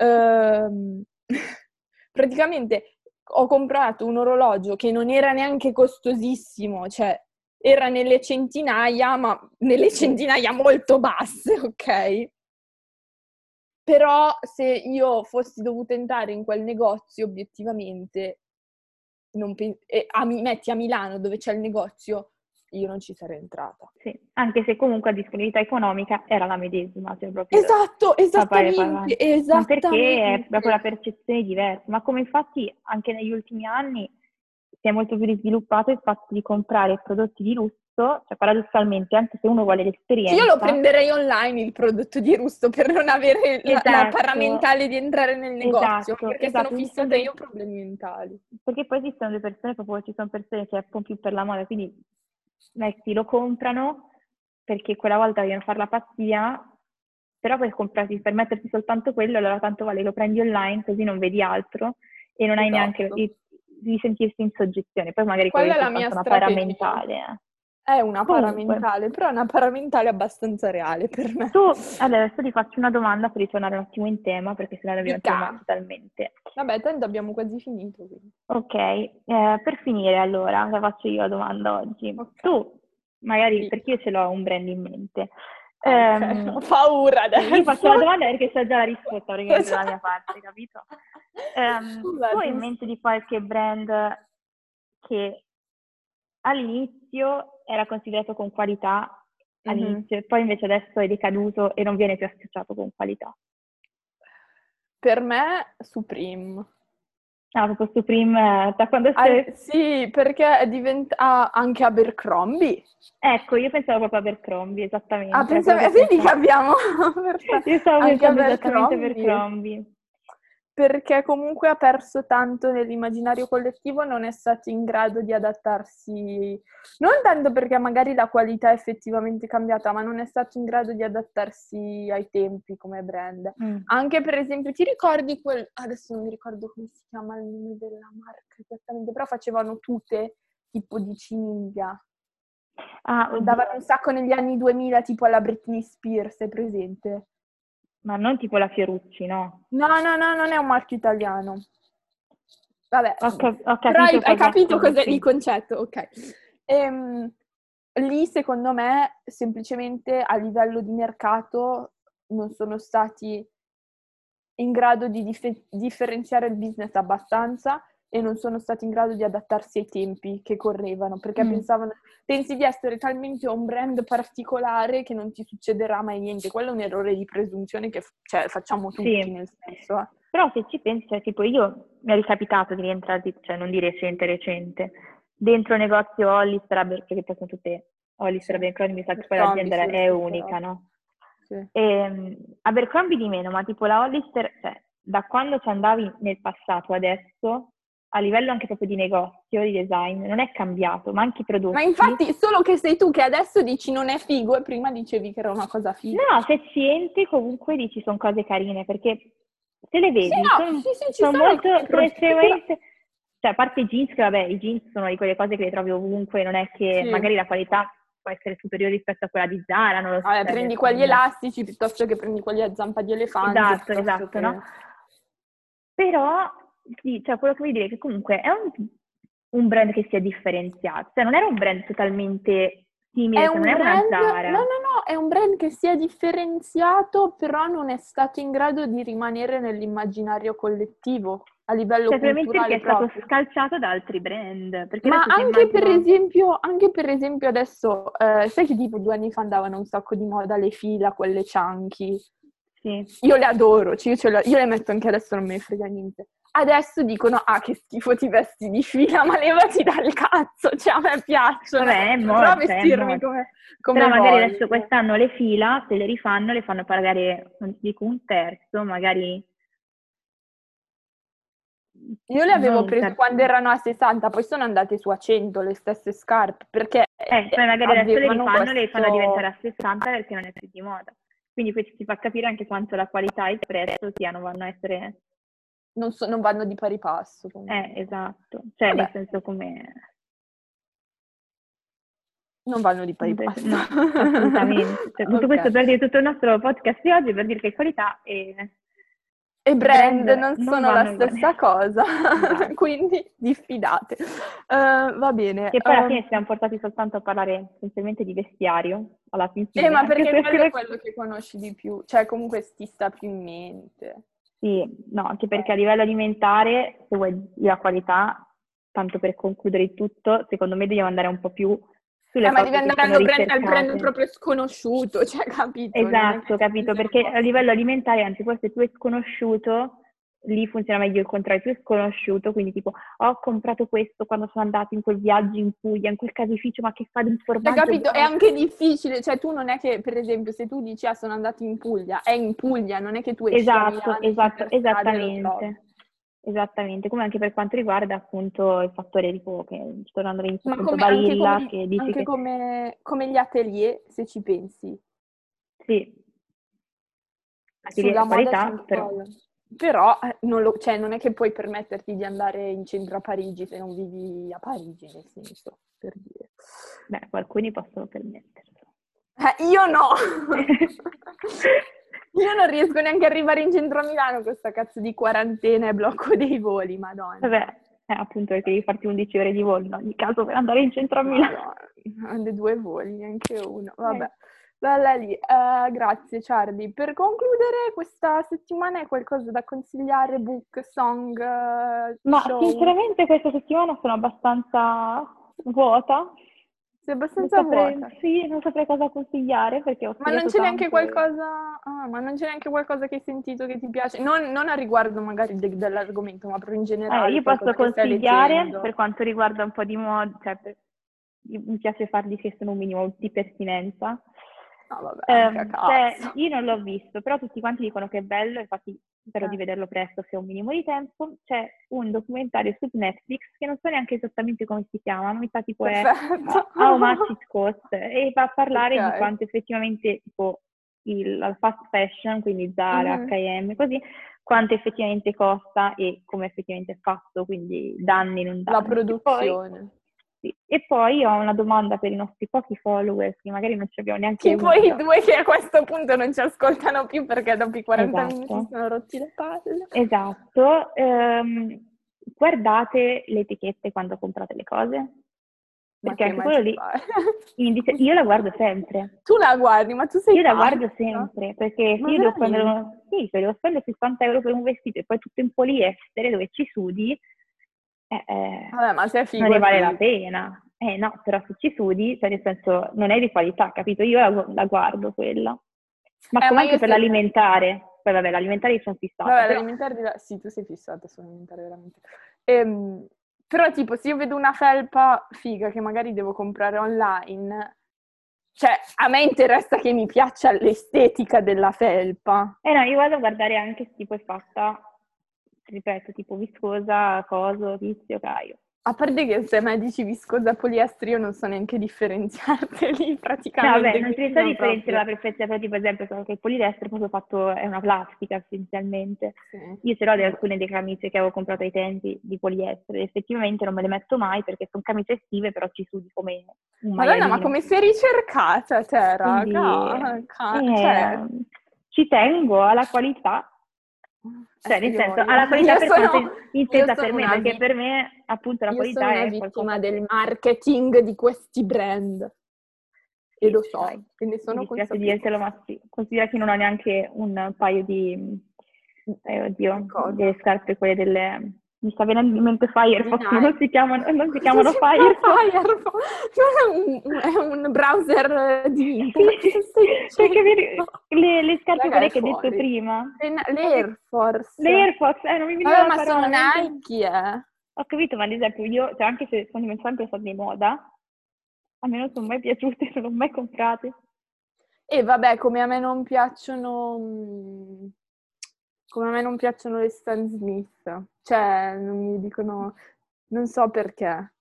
Speaker 1: Ehm, praticamente ho comprato un orologio che non era neanche costosissimo, cioè era nelle centinaia, ma nelle
Speaker 2: Sì.
Speaker 1: centinaia molto basse, ok? però se io fossi dovuta entrare in quel negozio, obiettivamente, non pe- e a, metti a Milano dove c'è il negozio, io non ci sarei entrata.
Speaker 2: Sì, anche se comunque la disponibilità economica era la medesima, cioè proprio
Speaker 1: Esatto,
Speaker 2: papà e
Speaker 1: esattamente,
Speaker 2: papà. Ma perché è proprio la
Speaker 1: esattamente.
Speaker 2: percezione diversa, ma come infatti anche negli ultimi anni si è molto più sviluppato il fatto di comprare prodotti di lusso, cioè paradossalmente anche se uno vuole l'esperienza.
Speaker 1: Io lo prenderei online il prodotto di Rusto per non avere la, la
Speaker 2: Esatto,
Speaker 1: paramentale di entrare nel negozio,
Speaker 2: esatto,
Speaker 1: perché
Speaker 2: esatto,
Speaker 1: sono
Speaker 2: esistono
Speaker 1: fissata io
Speaker 2: dei-
Speaker 1: ho problemi mentali.
Speaker 2: perché poi esistono delle persone, proprio ci sono persone che appunto più per la moda, quindi metti, lo comprano perché quella volta vogliono fare la pazzia, però per comprarsi, per mettersi soltanto quello, allora tanto vale lo prendi online così non vedi altro e non hai neanche
Speaker 1: Esatto.
Speaker 2: di, di sentirsi in soggezione. Poi magari quello
Speaker 1: Quella
Speaker 2: è
Speaker 1: è la mia
Speaker 2: soltanto una
Speaker 1: strategia.
Speaker 2: paramentale. Eh.
Speaker 1: È una
Speaker 2: Comunque,
Speaker 1: paramentale, però è una paramentale abbastanza reale per me.
Speaker 2: tu adesso ti faccio una domanda per ritornare un attimo in tema, perché sennò dobbiamo tema
Speaker 1: Dica.
Speaker 2: totalmente.
Speaker 1: Vabbè, tanto abbiamo quasi finito. Quindi.
Speaker 2: Ok, eh, per finire allora, la faccio io la domanda oggi.
Speaker 1: Ok.
Speaker 2: Tu, magari,
Speaker 1: Sì.
Speaker 2: perché io ce l'ho un brand in mente,
Speaker 1: Ok,
Speaker 2: ehm,
Speaker 1: ho paura
Speaker 2: sì,
Speaker 1: adesso.
Speaker 2: io faccio la domanda perché so già la risposta, praticamente dalla mia parte, capito? Ehm,
Speaker 1: Vabbè,
Speaker 2: tu hai in mente
Speaker 1: giusto.
Speaker 2: di qualche brand che all'inizio era considerato con qualità,
Speaker 1: Mhm.
Speaker 2: all'inizio, e poi invece adesso è decaduto e non viene più associato con qualità?
Speaker 1: Per me, Supreme.
Speaker 2: Ah, proprio Supreme, eh, da quando
Speaker 1: Al-
Speaker 2: sei...
Speaker 1: sì, perché è diventa anche Abercrombie.
Speaker 2: Ecco, io pensavo proprio a Abercrombie,
Speaker 1: Ah,
Speaker 2: esattamente, era quello
Speaker 1: pensavi,
Speaker 2: che
Speaker 1: vedi che
Speaker 2: pensavo.
Speaker 1: abbiamo
Speaker 2: Io stavo
Speaker 1: anche
Speaker 2: pensando esattamente a
Speaker 1: Abercrombie.
Speaker 2: Abercrombie.
Speaker 1: Perché comunque ha perso tanto nell'immaginario collettivo, non è stato in grado di adattarsi, non tanto perché magari la qualità è effettivamente cambiata, ma non è stato in grado di adattarsi ai tempi come brand.
Speaker 2: Mm.
Speaker 1: Anche per esempio, ti ricordi quel, adesso non mi ricordo come si chiama il nome della marca esattamente, però facevano tute tipo di ciniglia.
Speaker 2: Ah,
Speaker 1: Davano
Speaker 2: oddio,
Speaker 1: un sacco negli anni duemila, tipo alla Britney Spears, è presente?
Speaker 2: ma non tipo la Fiorucci, no?
Speaker 1: No, no, no, non è un marchio italiano. Vabbè,
Speaker 2: Ho, cap- ho
Speaker 1: però hai,
Speaker 2: capito
Speaker 1: hai
Speaker 2: cosa
Speaker 1: capito cos'è il
Speaker 2: dici.
Speaker 1: concetto, ok. Ehm, lì, secondo me, semplicemente a livello di mercato non sono stati in grado di dif- differenziare il business abbastanza e non sono stati in grado di adattarsi ai tempi che correvano, perché
Speaker 2: Mm.
Speaker 1: pensavano, pensi di essere talmente un brand particolare che non ti succederà mai niente. Quello è un errore di presunzione che cioè, facciamo tutti,
Speaker 2: Sì,
Speaker 1: nel senso. Eh.
Speaker 2: però se ci pensi, cioè, tipo io mi è ricapitato di rientrare, cioè non di recente, recente, dentro il negozio Hollister, perché poi sono tutte Hollister,
Speaker 1: Sì,
Speaker 2: Abercrombie, mi sa che poi
Speaker 1: Abercrombie,
Speaker 2: l'azienda
Speaker 1: sì, la
Speaker 2: è
Speaker 1: stessa
Speaker 2: unica,
Speaker 1: roba.
Speaker 2: no?
Speaker 1: Sì.
Speaker 2: E, Abercrombie di meno, ma tipo la Hollister, cioè, da quando ci andavi nel passato adesso, a livello anche proprio di negozio, di design, non è cambiato, ma anche i
Speaker 1: Ma
Speaker 2: prodotti.
Speaker 1: infatti, solo che sei tu che adesso dici non è figo e prima dicevi che era una cosa figa.
Speaker 2: No, se ci entri comunque dici sono cose carine, perché se le
Speaker 1: Sì,
Speaker 2: vedi,
Speaker 1: no,
Speaker 2: sono
Speaker 1: sì, sì, ci
Speaker 2: son
Speaker 1: sono
Speaker 2: molto
Speaker 1: alcuni prodotti, però...
Speaker 2: estremamente... Cioè, a parte i jeans, che vabbè, i jeans sono di quelle cose che le trovi ovunque, non è che
Speaker 1: Sì.
Speaker 2: magari la qualità può essere superiore rispetto a quella di Zara, non lo so,
Speaker 1: Vabbè,
Speaker 2: cioè,
Speaker 1: prendi
Speaker 2: nel-
Speaker 1: quelli
Speaker 2: non-
Speaker 1: elastici piuttosto che prendi quelli a zampa di elefante,
Speaker 2: Esatto,
Speaker 1: piuttosto
Speaker 2: esatto, no?
Speaker 1: che...
Speaker 2: Però, sì, cioè, quello che vuoi dire è che comunque è un, un brand che si è differenziato, cioè non era un brand totalmente
Speaker 1: È
Speaker 2: simile, cioè non
Speaker 1: un
Speaker 2: era una
Speaker 1: brand, no,
Speaker 2: Zara.
Speaker 1: no, no, è un brand che si è differenziato, però non è stato in grado di rimanere nell'immaginario collettivo, a livello
Speaker 2: Cioè, probabilmente perché
Speaker 1: culturale
Speaker 2: è stato
Speaker 1: proprio.
Speaker 2: scalciato da altri brand, perché
Speaker 1: Ma
Speaker 2: adesso se
Speaker 1: anche per
Speaker 2: immagino...
Speaker 1: esempio, anche per esempio adesso, eh, sai che tipo due anni fa andavano un sacco di moda le fila, quelle chunky?
Speaker 2: Sì.
Speaker 1: Io le adoro, cioè io, ce le, io le metto anche adesso, non me ne frega niente. Adesso dicono, ah che schifo ti vesti di fila, ma levati dal cazzo, cioè a me piacciono,
Speaker 2: Vabbè, è
Speaker 1: potrò
Speaker 2: moda, cioè è
Speaker 1: vestirmi
Speaker 2: moda.
Speaker 1: come,
Speaker 2: Però
Speaker 1: come
Speaker 2: magari adesso
Speaker 1: voglio.
Speaker 2: quest'anno le fila, se le rifanno, le fanno pagare, non ti dico un terzo, magari
Speaker 1: Io le
Speaker 2: non
Speaker 1: avevo
Speaker 2: un
Speaker 1: prese
Speaker 2: terzo.
Speaker 1: quando erano a sessanta, poi sono andate su a cento le stesse scarpe, perché
Speaker 2: Eh, poi magari adesso le
Speaker 1: avevano
Speaker 2: rifanno, le fanno diventare
Speaker 1: questo...
Speaker 2: a sessanta perché non è più di moda. Quindi questo ti fa capire anche quanto la qualità e il prezzo siano, vanno a essere...
Speaker 1: Non, so, non vanno di pari passo
Speaker 2: Eh,
Speaker 1: comunque.
Speaker 2: esatto. Cioè, nel
Speaker 1: Vabbè,
Speaker 2: senso come...
Speaker 1: non vanno di pari passo.
Speaker 2: No, assolutamente. Cioè, tutto questo
Speaker 1: Ok.
Speaker 2: per dire tutto il nostro podcast di oggi, per dire che qualità e...
Speaker 1: e brand,
Speaker 2: brand
Speaker 1: non
Speaker 2: non
Speaker 1: sono la
Speaker 2: vanno
Speaker 1: stessa
Speaker 2: bene.
Speaker 1: cosa,
Speaker 2: Esatto.
Speaker 1: quindi diffidate. Uh, va bene.
Speaker 2: Che poi alla fine
Speaker 1: Um,
Speaker 2: siamo portati soltanto a parlare essenzialmente di vestiario, alla fin
Speaker 1: eh,
Speaker 2: fine,
Speaker 1: ma
Speaker 2: anche
Speaker 1: perché
Speaker 2: se
Speaker 1: quello è quello che conosci di più, cioè comunque ti sta più in mente.
Speaker 2: sì, no, anche perché a livello alimentare, se vuoi la qualità, tanto per concludere il tutto, secondo me dobbiamo andare un po' più
Speaker 1: Eh,
Speaker 2: sulle
Speaker 1: ma devi
Speaker 2: cose che
Speaker 1: andare
Speaker 2: sono
Speaker 1: al brand, al brand
Speaker 2: ricercate.
Speaker 1: proprio sconosciuto, cioè, capito? Non è che
Speaker 2: Esatto, capito,
Speaker 1: se non
Speaker 2: perché a
Speaker 1: posso...
Speaker 2: livello alimentare, anzi forse più è sconosciuto, lì funziona meglio il contrario, più è sconosciuto, quindi tipo ho comprato questo quando sono andato in quel viaggio in Puglia, in quel caseificio, ma che fa di un
Speaker 1: Cioè,
Speaker 2: formaggio
Speaker 1: capito? È
Speaker 2: buono.
Speaker 1: anche difficile, cioè tu non è che, per esempio, se tu dici ah sono andato in Puglia, è in Puglia, non è che tu esci a
Speaker 2: Esatto,
Speaker 1: Milano, esci
Speaker 2: esatto,
Speaker 1: per strada e lo trovi.
Speaker 2: esattamente, esattamente, come anche per quanto riguarda appunto il fattore tipo che, tornando all'inizio
Speaker 1: Ma
Speaker 2: appunto
Speaker 1: come, anche
Speaker 2: Barilla,
Speaker 1: come,
Speaker 2: che dici
Speaker 1: anche
Speaker 2: che
Speaker 1: come, come gli atelier, se ci pensi.
Speaker 2: sì,
Speaker 1: Sulla
Speaker 2: atelier
Speaker 1: moda c'è
Speaker 2: qualità,
Speaker 1: anche
Speaker 2: però,
Speaker 1: quello. Però eh, non, lo, cioè, non è che puoi permetterti di andare in centro a Parigi se non vivi a Parigi, nel senso, per dire.
Speaker 2: beh, alcuni possono permetterselo.
Speaker 1: Eh, io no! Io non riesco neanche ad arrivare in centro a Milano con questa cazzo di quarantena e blocco dei voli, madonna.
Speaker 2: Vabbè, eh, appunto perché devi farti undici ore di volo in ogni caso per andare in centro a Milano.
Speaker 1: Madonna, le due voli, neanche uno.
Speaker 2: Eh.
Speaker 1: Vabbè, bella lì. Eh, grazie Charlie. Per concludere, questa settimana hai qualcosa da consigliare? Book, song, eh,
Speaker 2: Ma
Speaker 1: show?
Speaker 2: sinceramente questa settimana sono abbastanza vuota,
Speaker 1: Sei
Speaker 2: non
Speaker 1: abbastanza
Speaker 2: saprei,
Speaker 1: vuota.
Speaker 2: sì, non saprei cosa consigliare perché ho
Speaker 1: Ma non
Speaker 2: studiato
Speaker 1: c'è neanche
Speaker 2: tanto e...
Speaker 1: qualcosa, ah, ma non c'è neanche qualcosa che hai sentito che ti piace? Non, non a riguardo magari de- dell'argomento, ma proprio in
Speaker 2: Allora,
Speaker 1: generale,
Speaker 2: io posso
Speaker 1: qualcosa che stai
Speaker 2: consigliare
Speaker 1: leggendo.
Speaker 2: per quanto riguarda un po' di moda, cioè per- mi piace farli che sono un minimo di pertinenza.
Speaker 1: No, vabbè, anche a
Speaker 2: Ehm, cioè,
Speaker 1: cazzo.
Speaker 2: io non l'ho visto, però tutti quanti dicono che è bello, infatti spero di
Speaker 1: Eh.
Speaker 2: vederlo presto se ho un minimo di tempo. C'è un documentario su Netflix che non so neanche esattamente come si chiama, ma mi sa tipo è uh,
Speaker 1: Perfetto.
Speaker 2: How Much It Cost e va a parlare di
Speaker 1: Ok.
Speaker 2: quanto effettivamente tipo il, la fast fashion, quindi Zara,
Speaker 1: Mhm.
Speaker 2: acca e emme, così, quanto effettivamente costa e come effettivamente è fatto, quindi danni, non
Speaker 1: La
Speaker 2: danni. E poi,
Speaker 1: produzione.
Speaker 2: sì, e poi ho una domanda per i nostri pochi followers, che magari non ci abbiamo neanche
Speaker 1: Tipo
Speaker 2: uno
Speaker 1: i
Speaker 2: già.
Speaker 1: due che a questo punto non ci ascoltano più perché dopo i quaranta minuti si
Speaker 2: Esatto,
Speaker 1: sono rotti le palle.
Speaker 2: esatto. Ehm, guardate le etichette quando comprate le cose,
Speaker 1: Ma
Speaker 2: perché
Speaker 1: che
Speaker 2: anche
Speaker 1: mai
Speaker 2: quello
Speaker 1: si
Speaker 2: lì
Speaker 1: fa?
Speaker 2: indice- io la guardo sempre.
Speaker 1: Tu la guardi, ma tu sei
Speaker 2: Io la guardo
Speaker 1: pazza?
Speaker 2: sempre perché se
Speaker 1: Ma
Speaker 2: io devo spendere,
Speaker 1: veramente?
Speaker 2: uno, sì, se devo spendere sessanta euro per un vestito e poi tutto in poliestere dove ci sudi, eh, eh,
Speaker 1: Vabbè, ma se è
Speaker 2: non
Speaker 1: figo
Speaker 2: ne
Speaker 1: è
Speaker 2: vale la
Speaker 1: figo.
Speaker 2: pena. Eh no, però se ci sudi, cioè nel senso non è di qualità, capito? Io la, la guardo quella. Ma
Speaker 1: Eh,
Speaker 2: come
Speaker 1: ma
Speaker 2: anche
Speaker 1: io
Speaker 2: per
Speaker 1: se...
Speaker 2: l'alimentare. Poi vabbè, l'alimentare io sono fissata,
Speaker 1: Vabbè,
Speaker 2: però
Speaker 1: l'alimentare... di- Sì, tu sei fissata sull'alimentare, veramente. Ehm, però, tipo, se io vedo una felpa figa che magari devo comprare online, cioè, a me interessa che mi piaccia l'estetica della felpa.
Speaker 2: eh no, io vado a guardare anche se tipo è fatta, ripeto, tipo viscosa, coso, tizio, caio.
Speaker 1: A parte che se me dici viscosa poliestere, io non so neanche differenziarteli
Speaker 2: No, vabbè,
Speaker 1: praticamente,
Speaker 2: non si
Speaker 1: quindi
Speaker 2: riesce a
Speaker 1: sono
Speaker 2: differenziare
Speaker 1: proprio...
Speaker 2: la perfezione, però tipo ad esempio so che il poliestere è proprio fatto, è una plastica essenzialmente.
Speaker 1: Sì,
Speaker 2: Io ce l'ho di
Speaker 1: vabbè.
Speaker 2: alcune delle camicie che avevo comprato ai tempi di poliestere, effettivamente non me le metto mai perché sono camicie estive, però ci sudi come un
Speaker 1: Madonna, ma
Speaker 2: maialino.
Speaker 1: come sei ricercata, te,
Speaker 2: Quindi
Speaker 1: raga? Ca- cioè,
Speaker 2: eh, ci tengo alla qualità,
Speaker 1: eh
Speaker 2: cioè
Speaker 1: sì,
Speaker 2: nel
Speaker 1: io
Speaker 2: senso
Speaker 1: voglio.
Speaker 2: alla qualità
Speaker 1: Io
Speaker 2: per quanto
Speaker 1: sono,
Speaker 2: in-
Speaker 1: io
Speaker 2: intesa per
Speaker 1: sono
Speaker 2: me,
Speaker 1: una
Speaker 2: perché
Speaker 1: vi-
Speaker 2: per me appunto la
Speaker 1: io sono
Speaker 2: qualità
Speaker 1: una
Speaker 2: è
Speaker 1: vittima
Speaker 2: qualcosa
Speaker 1: del
Speaker 2: che
Speaker 1: marketing di questi brand e
Speaker 2: sì,
Speaker 1: lo
Speaker 2: dai,
Speaker 1: so, e ne
Speaker 2: mi
Speaker 1: sono
Speaker 2: dispiace
Speaker 1: consapevole.
Speaker 2: dirtelo, ma sì, considera che non ho neanche un paio di, eh,
Speaker 1: Di
Speaker 2: oddio, delle
Speaker 1: cosa?
Speaker 2: scarpe, quelle delle, mi sta venendo in mente
Speaker 1: Di
Speaker 2: Firefox, ma non
Speaker 1: Nike.
Speaker 2: si chiamano, non si
Speaker 1: Cosa
Speaker 2: chiamano
Speaker 1: si chiama
Speaker 2: Firefox.
Speaker 1: Firefox? Non è un, un- è un browser di
Speaker 2: Sì,
Speaker 1: internet, cosa stai
Speaker 2: perché
Speaker 1: dicendo?
Speaker 2: mi- le, le scarpe
Speaker 1: Raga, è
Speaker 2: quelle che hai detto
Speaker 1: fuori.
Speaker 2: prima,
Speaker 1: Le, le
Speaker 2: come-
Speaker 1: Air Force.
Speaker 2: le Airpods, eh, non mi veniva
Speaker 1: Vabbè,
Speaker 2: la
Speaker 1: ma sono
Speaker 2: parola, mentre...
Speaker 1: Nike, eh.
Speaker 2: Ho capito, ma ad esempio io, cioè anche se sono sempre state di moda, a me non sono mai piaciute, non l'ho mai comprate.
Speaker 1: E vabbè, come a me non piacciono, mm, come a me non piacciono le Stan Smith, cioè non mi dicono, non so perché.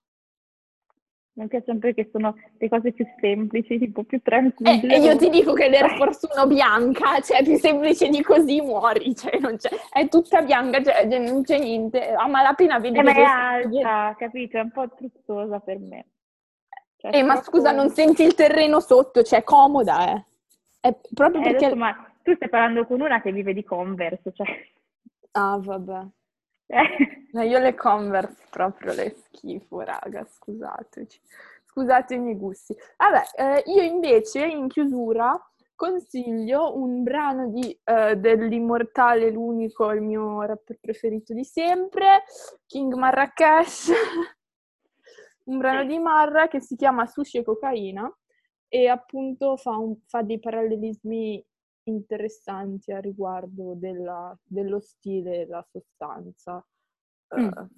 Speaker 2: Mi piacciono perché sono le cose più semplici, tipo più
Speaker 1: E, e
Speaker 2: tranquille.
Speaker 1: io
Speaker 2: Proprio.
Speaker 1: ti dico che l'Air Force uno bianca, cioè più semplice di così muori, cioè non c'è, è tutta bianca, cioè non c'è niente, a malapena vedi
Speaker 2: Eh,
Speaker 1: che
Speaker 2: ma è
Speaker 1: c'è scritto dietro.
Speaker 2: alta, capito? È un po' truzzosa per me. Cioè,
Speaker 1: Eh,
Speaker 2: è
Speaker 1: ma scusa,
Speaker 2: troppo...
Speaker 1: non senti il terreno sotto, cioè comoda, eh. È proprio
Speaker 2: Eh, adesso,
Speaker 1: perché...
Speaker 2: ma tu stai parlando con una che vive di Converse, cioè...
Speaker 1: Ah, vabbè.
Speaker 2: Eh.
Speaker 1: No, io le Converse proprio le schifo, raga, scusateci. Scusate i miei gusti. Vabbè, eh, io invece in chiusura consiglio un brano di, eh, dell'immortale, l'unico, il mio rapper preferito di sempre, King Marracash, un brano di Marra che si chiama Sushi e Cocaina e appunto fa, un, fa dei parallelismi interessanti a riguardo della, dello stile e la sostanza.
Speaker 2: Mm.
Speaker 1: Uh,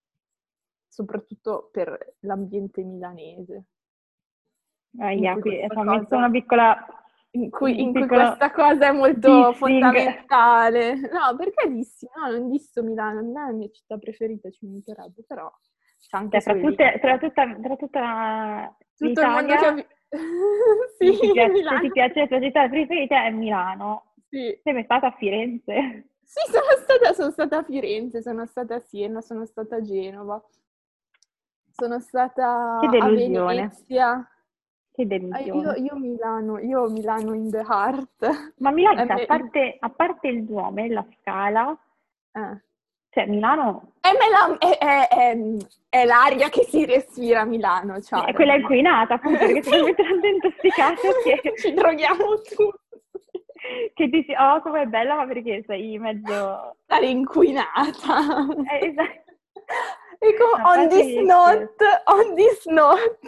Speaker 1: soprattutto per l'ambiente milanese.
Speaker 2: Ah,
Speaker 1: in
Speaker 2: yeah,
Speaker 1: cui
Speaker 2: qui
Speaker 1: questa
Speaker 2: ho messo
Speaker 1: cosa,
Speaker 2: una piccola...
Speaker 1: in cui, in
Speaker 2: un
Speaker 1: cui
Speaker 2: piccolo
Speaker 1: questa cosa è molto
Speaker 2: dissing.
Speaker 1: fondamentale. No, perché dissi? No, non disso Milano, Milano è la mia città preferita, ci mancherebbe, però c'è anche
Speaker 2: Cioè,
Speaker 1: i
Speaker 2: fra,
Speaker 1: suoi
Speaker 2: tutte, tra
Speaker 1: limiti.
Speaker 2: tutta, tra tutta
Speaker 1: Tutto il mondo che ha
Speaker 2: l'Italia,
Speaker 1: vi- sì,
Speaker 2: se ti piace, se ti
Speaker 1: Milano.
Speaker 2: piace la tua città preferita è Milano.
Speaker 1: Sì.
Speaker 2: Sei mai stata a Firenze?
Speaker 1: Sì, sono stata, sono stata a Firenze, sono stata a Siena, sono stata a Genova, sono
Speaker 2: Che
Speaker 1: stata a
Speaker 2: delusione,
Speaker 1: Venezia.
Speaker 2: che
Speaker 1: Eh, Io,
Speaker 2: delusione.
Speaker 1: io Milano, io Milano in the heart.
Speaker 2: Ma Milano,
Speaker 1: Eh,
Speaker 2: cioè, a
Speaker 1: me-
Speaker 2: parte, a parte il Duomo e la Scala,
Speaker 1: eh.
Speaker 2: cioè Milano
Speaker 1: È, mela- è- è- è- è l'aria che si respira a Milano,
Speaker 2: è
Speaker 1: Ciara.
Speaker 2: quella inquinata, appunto, perché sei talmente tanto intossicato che,
Speaker 1: Ci droghiamo tutti.
Speaker 2: che dici, oh, com'è bella, ma perché sei in mezzo...
Speaker 1: Stare inquinata.
Speaker 2: Eh, esatto.
Speaker 1: E come
Speaker 2: A
Speaker 1: on
Speaker 2: parte
Speaker 1: this
Speaker 2: gli scherzi.
Speaker 1: note, on this note,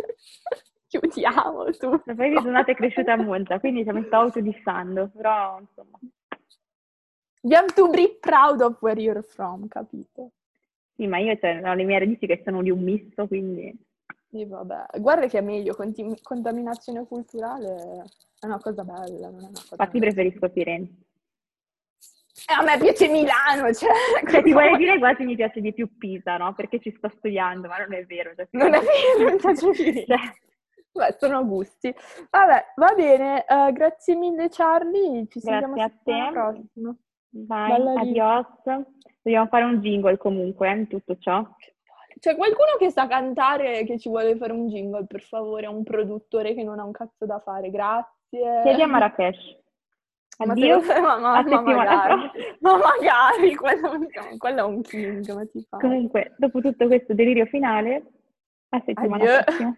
Speaker 1: chiudiamo tutto.
Speaker 2: Ma poi io sono nata e cresciuta a Monza, quindi mi sto autodissando, però insomma.
Speaker 1: You have to be proud of where you're from, capito?
Speaker 2: Sì, ma io cioè, ho le mie radici che sono di un misto, quindi...
Speaker 1: E vabbè, guarda che è meglio, conti- contaminazione culturale è una cosa bella, non è una cosa
Speaker 2: Infatti
Speaker 1: negativa.
Speaker 2: preferisco Firenze.
Speaker 1: E a me piace Milano, cioè...
Speaker 2: Cioè, ti
Speaker 1: cosa
Speaker 2: vorrei
Speaker 1: vuoi?
Speaker 2: dire quasi mi piace di più Pisa, no? Perché ci sto studiando, ma non è vero. Cioè,
Speaker 1: Non è
Speaker 2: Firenze
Speaker 1: vero, mi
Speaker 2: schifo.
Speaker 1: piace Firenze.
Speaker 2: Cioè,
Speaker 1: Beh, sono gusti. Vabbè, va bene, eh, grazie mille Charlie, ci sentiamo
Speaker 2: grazie a
Speaker 1: settimana
Speaker 2: te.
Speaker 1: prossima.
Speaker 2: Vai,
Speaker 1: Bella lì.
Speaker 2: adios. Dobbiamo fare un jingle comunque, eh, in tutto ciò.
Speaker 1: C'è qualcuno che sa cantare e che ci vuole fare un jingle, per favore, un produttore che non ha un cazzo da fare, grazie.
Speaker 2: Chiedi a Marrakesh.
Speaker 1: Ma,
Speaker 2: Addio,
Speaker 1: secondo- ma, ma,
Speaker 2: a
Speaker 1: ma
Speaker 2: settimana
Speaker 1: magari,
Speaker 2: prossima.
Speaker 1: ma magari, quello, quello è un king, ma ti pare.
Speaker 2: Comunque, dopo tutto questo delirio finale, a settimana
Speaker 1: Addio.
Speaker 2: prossima.